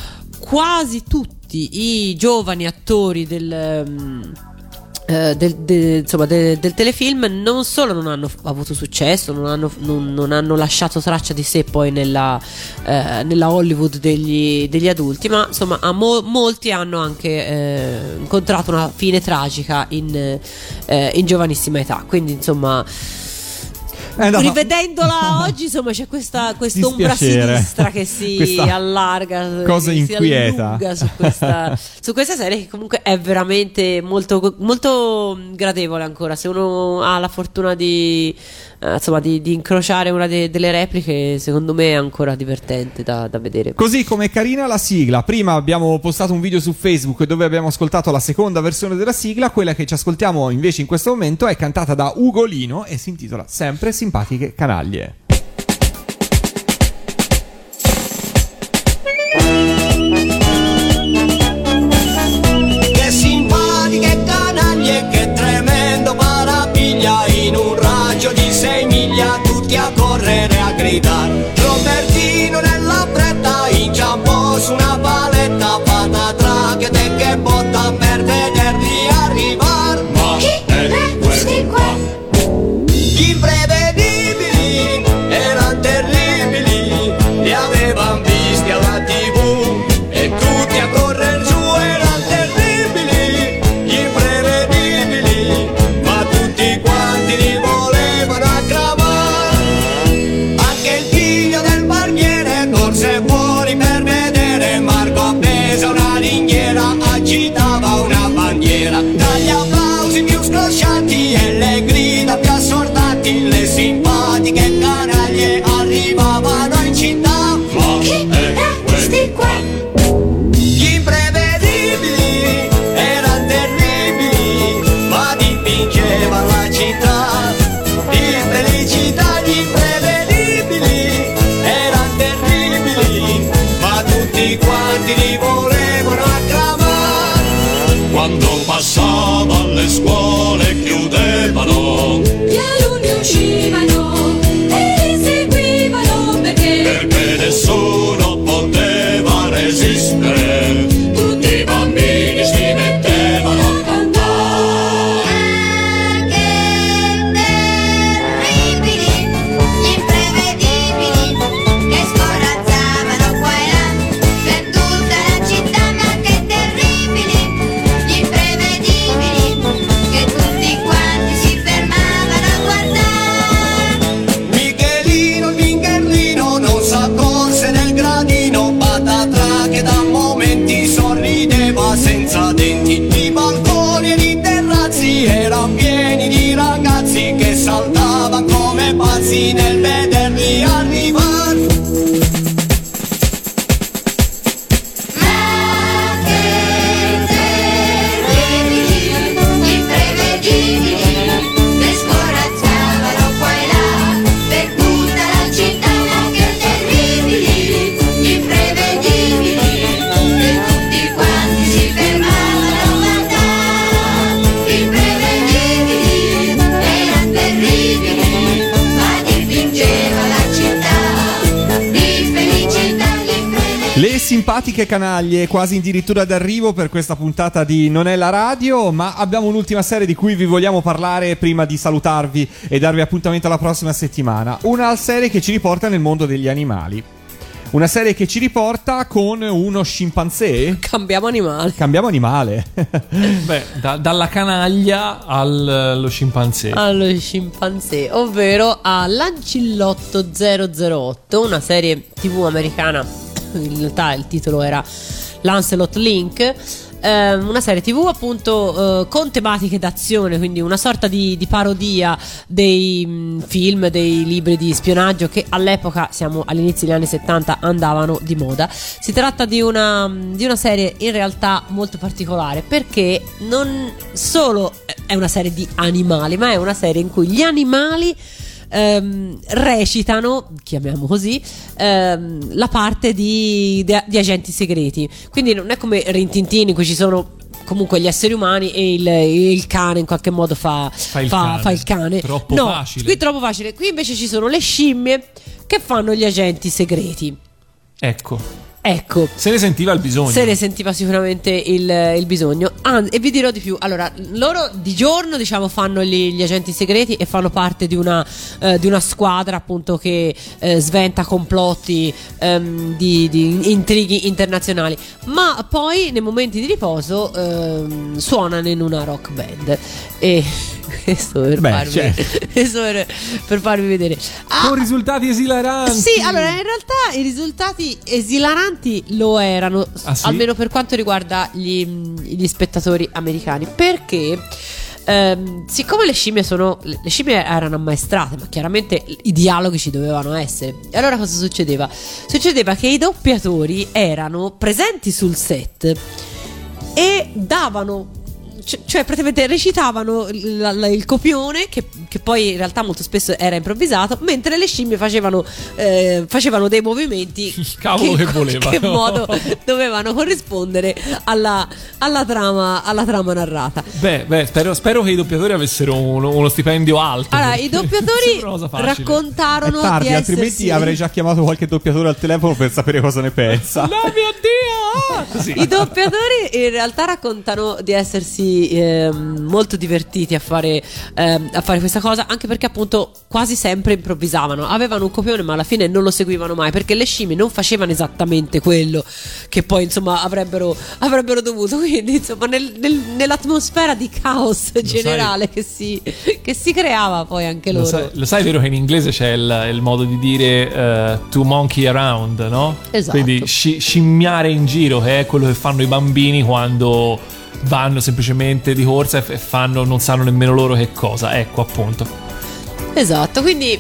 quasi tutti i giovani attori del, ehm, eh, del, de- insomma, de- del telefilm non solo non hanno f- avuto successo, non hanno, non- non hanno lasciato traccia di sé poi nella, eh, nella Hollywood degli, degli adulti, ma insomma a mo- molti hanno anche eh, incontrato una fine tragica in, eh, in giovanissima età, quindi insomma Eh, no, rivedendola oggi insomma c'è questa quest'ombra Dispiacere. sinistra che si Questa allarga, cosa che si inquieta. allunga su questa, su questa serie, che comunque è veramente molto, molto gradevole ancora, se uno ha la fortuna di eh, insomma di, di incrociare una de- delle repliche, secondo me è ancora divertente da, da vedere. Così come carina la sigla. Prima abbiamo postato un video su Facebook dove abbiamo ascoltato la seconda versione della sigla. Quella che ci ascoltiamo invece in questo momento è cantata da Ugolino e si intitola Sempre simpatiche canaglie. Che simpatiche canaglie, che tremendo parapiglia, in un raggio di sei miglia tutti a correre a gridare. Robertino nella fretta inciampò su una paletta, patatra che te che botta per vederli arrivare. Ma Chi è questi qua? gli imprevedibili erano terribili, li avevan visti alla tivù e tutti a correr giù. Erano terribili, gli imprevedibili, ma tutti quanti li volevano acclamare. Anche il figlio del barbiere corse fuori per vedere Marco, appesa una ringhiera, agitava una bandiera. Dagli applausi più scrosciati e le grida più assordanti, le simpatiche canaglie arrivavano in città. Ma Chi è questi qua? gli imprevedibili erano terribili, ma dipingevano la città di felicità. Gli imprevedibili erano terribili, ma tutti quanti li volevano acclamare. Quando passava alle scuole chiudevano, Gli alunni uscivano e li seguivano perché perché nessuno poteva resistere. Tutti i bambini si mettevano a cantare. Anche saltavan come pazzi nel vederli arrivar. Le simpatiche canaglie quasi addirittura d'arrivo per questa puntata di Non è la radio, ma abbiamo un'ultima serie di cui vi vogliamo parlare prima di salutarvi e darvi appuntamento alla prossima settimana. Una serie che ci riporta nel mondo degli animali. Una serie che ci riporta con uno scimpanzé. Cambiamo animale. Cambiamo animale. Beh, da- dalla canaglia al- allo scimpanzé. Allo scimpanzé, ovvero a Lancillotto zero zero otto, una serie tivù americana. In realtà il titolo era Lancelot Link, ehm, una serie tivù appunto eh, con tematiche d'azione, quindi una sorta di, di parodia dei mh, film, dei libri di spionaggio che all'epoca, siamo all'inizio degli anni settanta, andavano di moda. Si tratta di una, di una serie in realtà molto particolare, perché non solo è una serie di animali, ma è una serie in cui gli animali ehm, recitano, chiamiamo così, ehm, la parte di, di, di agenti segreti. Quindi non è come Rin Tin Tin, in cui ci sono comunque gli esseri umani e il, il cane in qualche modo fa, Fa il fa, cane. fa il cane. Troppo no, facile. qui è troppo facile. Qui invece ci sono le scimmie che fanno gli agenti segreti. Ecco, Ecco, se ne sentiva il bisogno. se ne sentiva sicuramente il, il bisogno. Ah, e vi dirò di più. Allora, loro di giorno, diciamo, fanno gli, gli agenti segreti e fanno parte di una, eh, di una squadra appunto che eh, sventa complotti, ehm, di, di intrighi internazionali. Ma poi nei momenti di riposo ehm, suonano in una rock band. E questo per Beh, farvi, certo. questo per, per farvi vedere. Ah, Con risultati esilaranti. sì, allora in realtà i risultati esilaranti lo erano, Ah, sì? almeno per quanto riguarda gli, gli spettatori americani, perché ehm, siccome le scimmie sono le le scimmie erano ammaestrate, ma chiaramente i dialoghi ci dovevano essere. E allora cosa succedeva? Succedeva che i doppiatori erano presenti sul set e davano, cioè, cioè praticamente recitavano il, la- il copione che, che poi in realtà molto spesso era improvvisato, mentre le scimmie facevano, eh, facevano dei movimenti Cavolo che volevano. che modo dovevano corrispondere alla, alla trama alla trama narrata. Beh, beh spero, spero che i doppiatori avessero uno, uno stipendio alto. Allora, i doppiatori Sembra una cosa facile. È raccontarono tardi, di altrimenti essersi avrei già chiamato qualche doppiatore al telefono per sapere cosa ne pensa. No, mio Dio! Ah! Così. I doppiatori in realtà raccontano di essersi ehm, molto divertiti a fare, ehm, a fare questa cosa, anche perché appunto quasi sempre improvvisavano, avevano un copione ma alla fine non lo seguivano mai, perché le scimmie non facevano esattamente quello che poi insomma avrebbero, avrebbero dovuto. Quindi insomma nel- nel- nell'atmosfera di caos generale che si, che si creava poi anche Lo loro. sai, lo sai, vero che in inglese c'è il, il modo di dire eh, to monkey around, no? Esatto. Quindi sci- scimmiare in giro, che è quello che fanno i bambini quando vanno semplicemente di corsa e f- e fanno, non sanno nemmeno loro che cosa. Ecco, appunto. Esatto, quindi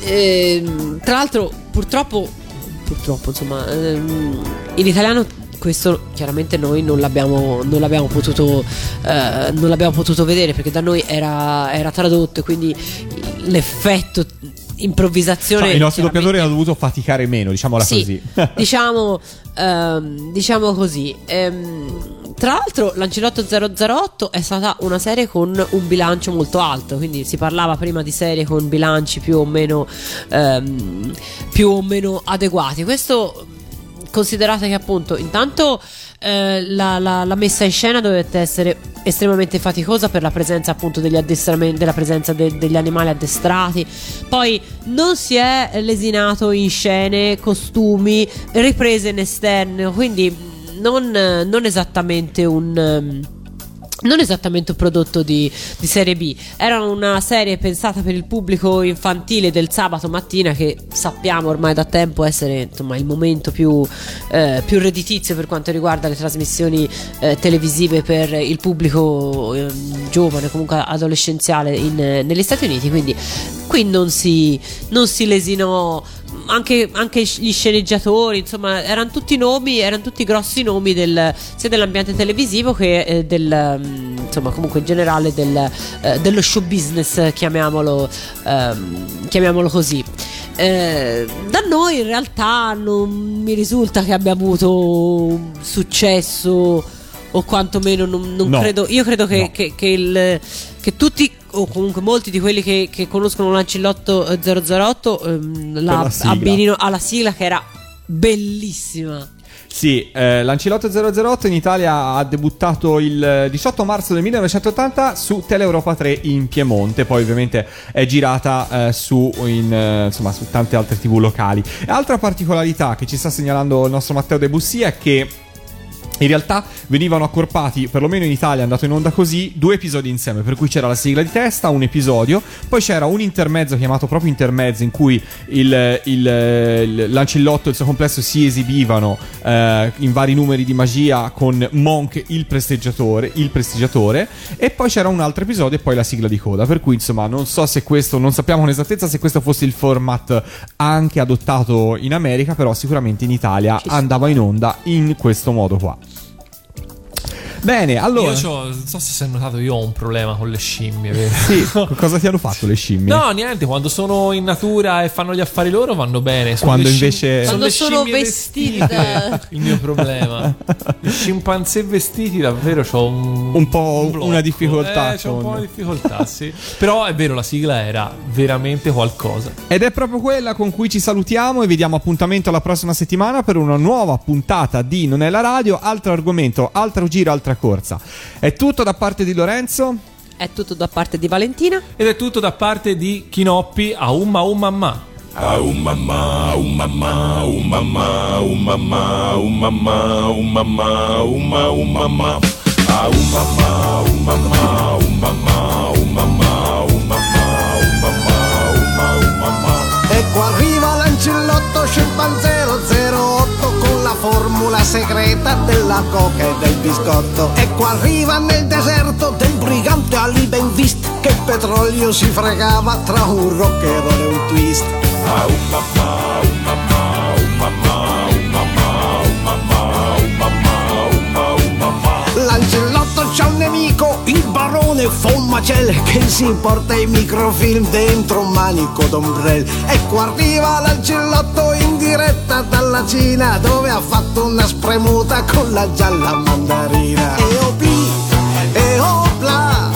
ehm, tra l'altro purtroppo purtroppo insomma ehm, in italiano questo chiaramente noi non l'abbiamo, non l'abbiamo potuto eh, non l'abbiamo potuto vedere, perché da noi era, era tradotto, e quindi l'effetto improvvisazione, Cioè, i nostri chiaramente- doppiatori hanno dovuto faticare meno, diciamola sì, così. diciamo, ehm, diciamo così. Ehm, tra l'altro, Lancillotto zero zero otto è stata una serie con un bilancio molto alto, quindi si parlava prima di serie con bilanci più o meno, ehm, più o meno adeguati. Questo, considerate che appunto intanto eh, la, la- la messa in scena dovette essere estremamente faticosa per la presenza appunto degli addestramenti, della presenza de- degli animali addestrati. Poi non si è lesinato in scene, costumi, riprese in esterno, quindi non, non esattamente un, um, non esattamente un prodotto di, di serie B, era una serie pensata per il pubblico infantile del sabato mattina, che sappiamo ormai da tempo essere, insomma, il momento più, eh, più redditizio per quanto riguarda le trasmissioni eh, televisive per il pubblico eh, giovane, comunque adolescenziale in, negli Stati Uniti. Quindi qui non si, non si lesinò. Anche, anche gli sceneggiatori, insomma, erano tutti nomi, erano tutti grossi nomi del, sia dell'ambiente televisivo che eh, del, um, insomma, comunque in generale del, eh, dello show business, chiamiamolo, ehm, chiamiamolo così. Eh, da noi in realtà non mi risulta che abbia avuto successo, o quantomeno non, non No. credo. Io credo che, No. che, che, il, che tutti, o comunque molti di quelli che, che conoscono Lancillotto zero zero otto ehm, la la sigla. abbinino alla sigla, che era bellissima. Sì, eh, Lancillotto zero zero otto in Italia ha debuttato il diciotto marzo del millenovecentottanta su Teleuropa tre in Piemonte, poi ovviamente è girata eh, su, in, eh, insomma, su tante altre tivù locali. E altra particolarità che ci sta segnalando il nostro Matteo De Bussi è che in realtà venivano accorpati, perlomeno in Italia è andato in onda così, due episodi insieme, per cui c'era la sigla di testa, un episodio, poi c'era un intermezzo chiamato proprio intermezzo in cui il, il, il Lancillotto e il suo complesso si esibivano eh, in vari numeri di magia con Monk il prestiggiatore, il prestigiatore, e poi c'era un altro episodio e poi la sigla di coda, per cui insomma non so se questo, non sappiamo con esattezza se questo fosse il format anche adottato in America, però sicuramente in Italia andava in onda in questo modo qua. Bene, allora. Io c'ho, non so se si è notato, io ho un problema con le scimmie, vero? Sì, cosa ti hanno fatto le scimmie? No, niente, quando sono in natura e fanno gli affari loro vanno bene. Sono Quando le invece- scimmie- Quando le sono scimmie vestiti da- il mio problema. I scimpanzé vestiti davvero c'ho un, Un po' blocco. una difficoltà Eh, c'ho un con- po' di difficoltà, sì. Però è vero, la sigla era veramente qualcosa. Ed è proprio quella con cui ci salutiamo e vi diamo appuntamento alla prossima settimana per una nuova puntata di Non è la radio, altro argomento, altro giro, altra corsa. È tutto da parte di Lorenzo. È tutto da parte di Valentina. Ed è tutto da parte di Chinoppi a umma umma ma. Oh mamma, oh mamma, oh mamma, oh mamma, oh mamma, oh mamma, oh mamma, oh mamma. Ah, oh mamma, oh mamma, oh mamma, oh mamma, oh mamma, oh mamma, oh mamma, oh mamma. Ecco arriva Lancillotto Scimpanzero zero otto con la formula segreta della coca e del biscotto. Ecco arriva nel deserto del brigante Ali Ben Vist, che il petrolio si fregava tra un rockero e un twist. Ah, oh mamma, oh mamma, oh mamma, oh mamma, oh mamma, oh mamma, oh mamma, oh mamma. Lancillotto c'ha un nemico, il barone Von Macel, che si porta i microfilm dentro un manico d'ombrelle. Ecco arriva Lancillotto in diretta dalla Cina, dove ha fatto una spremuta con la gialla mandarina. E opli, e opla,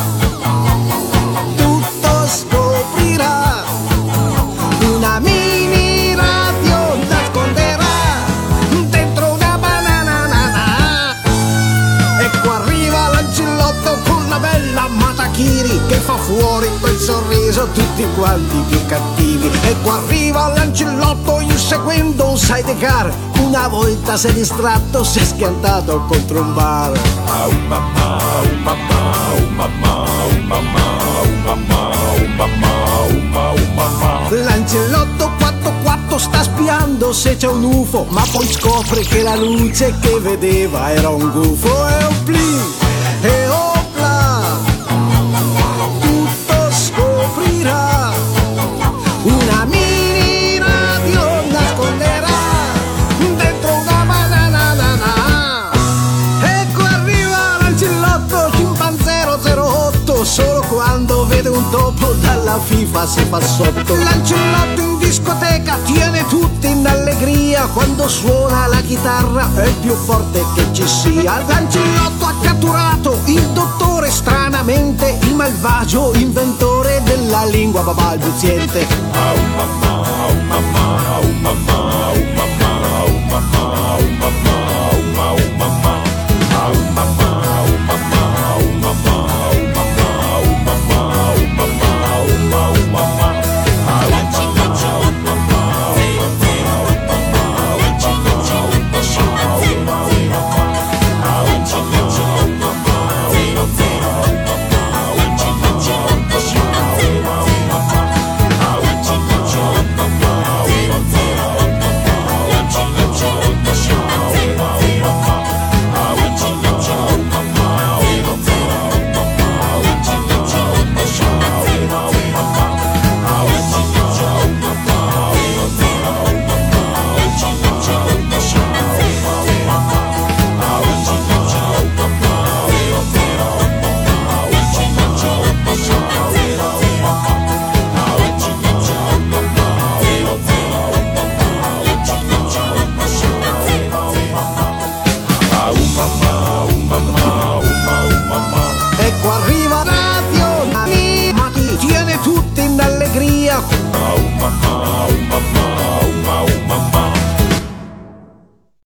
tutto scoprirà. Una mini radio nasconderà dentro una banana. Ecco arriva Lancillotto con la bella Matachiri, che fa fuori quel sorriso tutti quanti più cattivi. Ecco arriva Lancillotto inseguendo un sidecar, una volta si è distratto, si è schiantato contro un bar. Oh mamma, oh mamma, oh mamma, oh mamma, oh mamma, oh mamma, oh mamma, oh mamma. Lancillotto quattro quattro sta spiando se c'è un U F O, ma poi scopre che la luce che vedeva era un gufo. E opli, e opla, tutto scoprirà. Una mini radio nasconderà dentro una banana. Ecco arriva Lancillotto Scimpanzero zero otto, solo quando vede un topo dalla FIFA si fa sotto. Lancillotto in discoteca tiene tutti in allegria, quando suona la chitarra è il più forte che ci sia. Lancillotto ha catturato il dottore, stranamente il malvagio inventore della lingua balbuziente. Oh mamma, oh mamma, oh mamma, oh mamma, oh mamma, oh mamma, oh mamma, oh mamma. Oh mamma, oh mamma, oh mamma, oh mamma, oh mamma, oh mamma, oh mamma, oh mamma. Oh Ecco arriva Radio Animati, tiene tutti in allegria.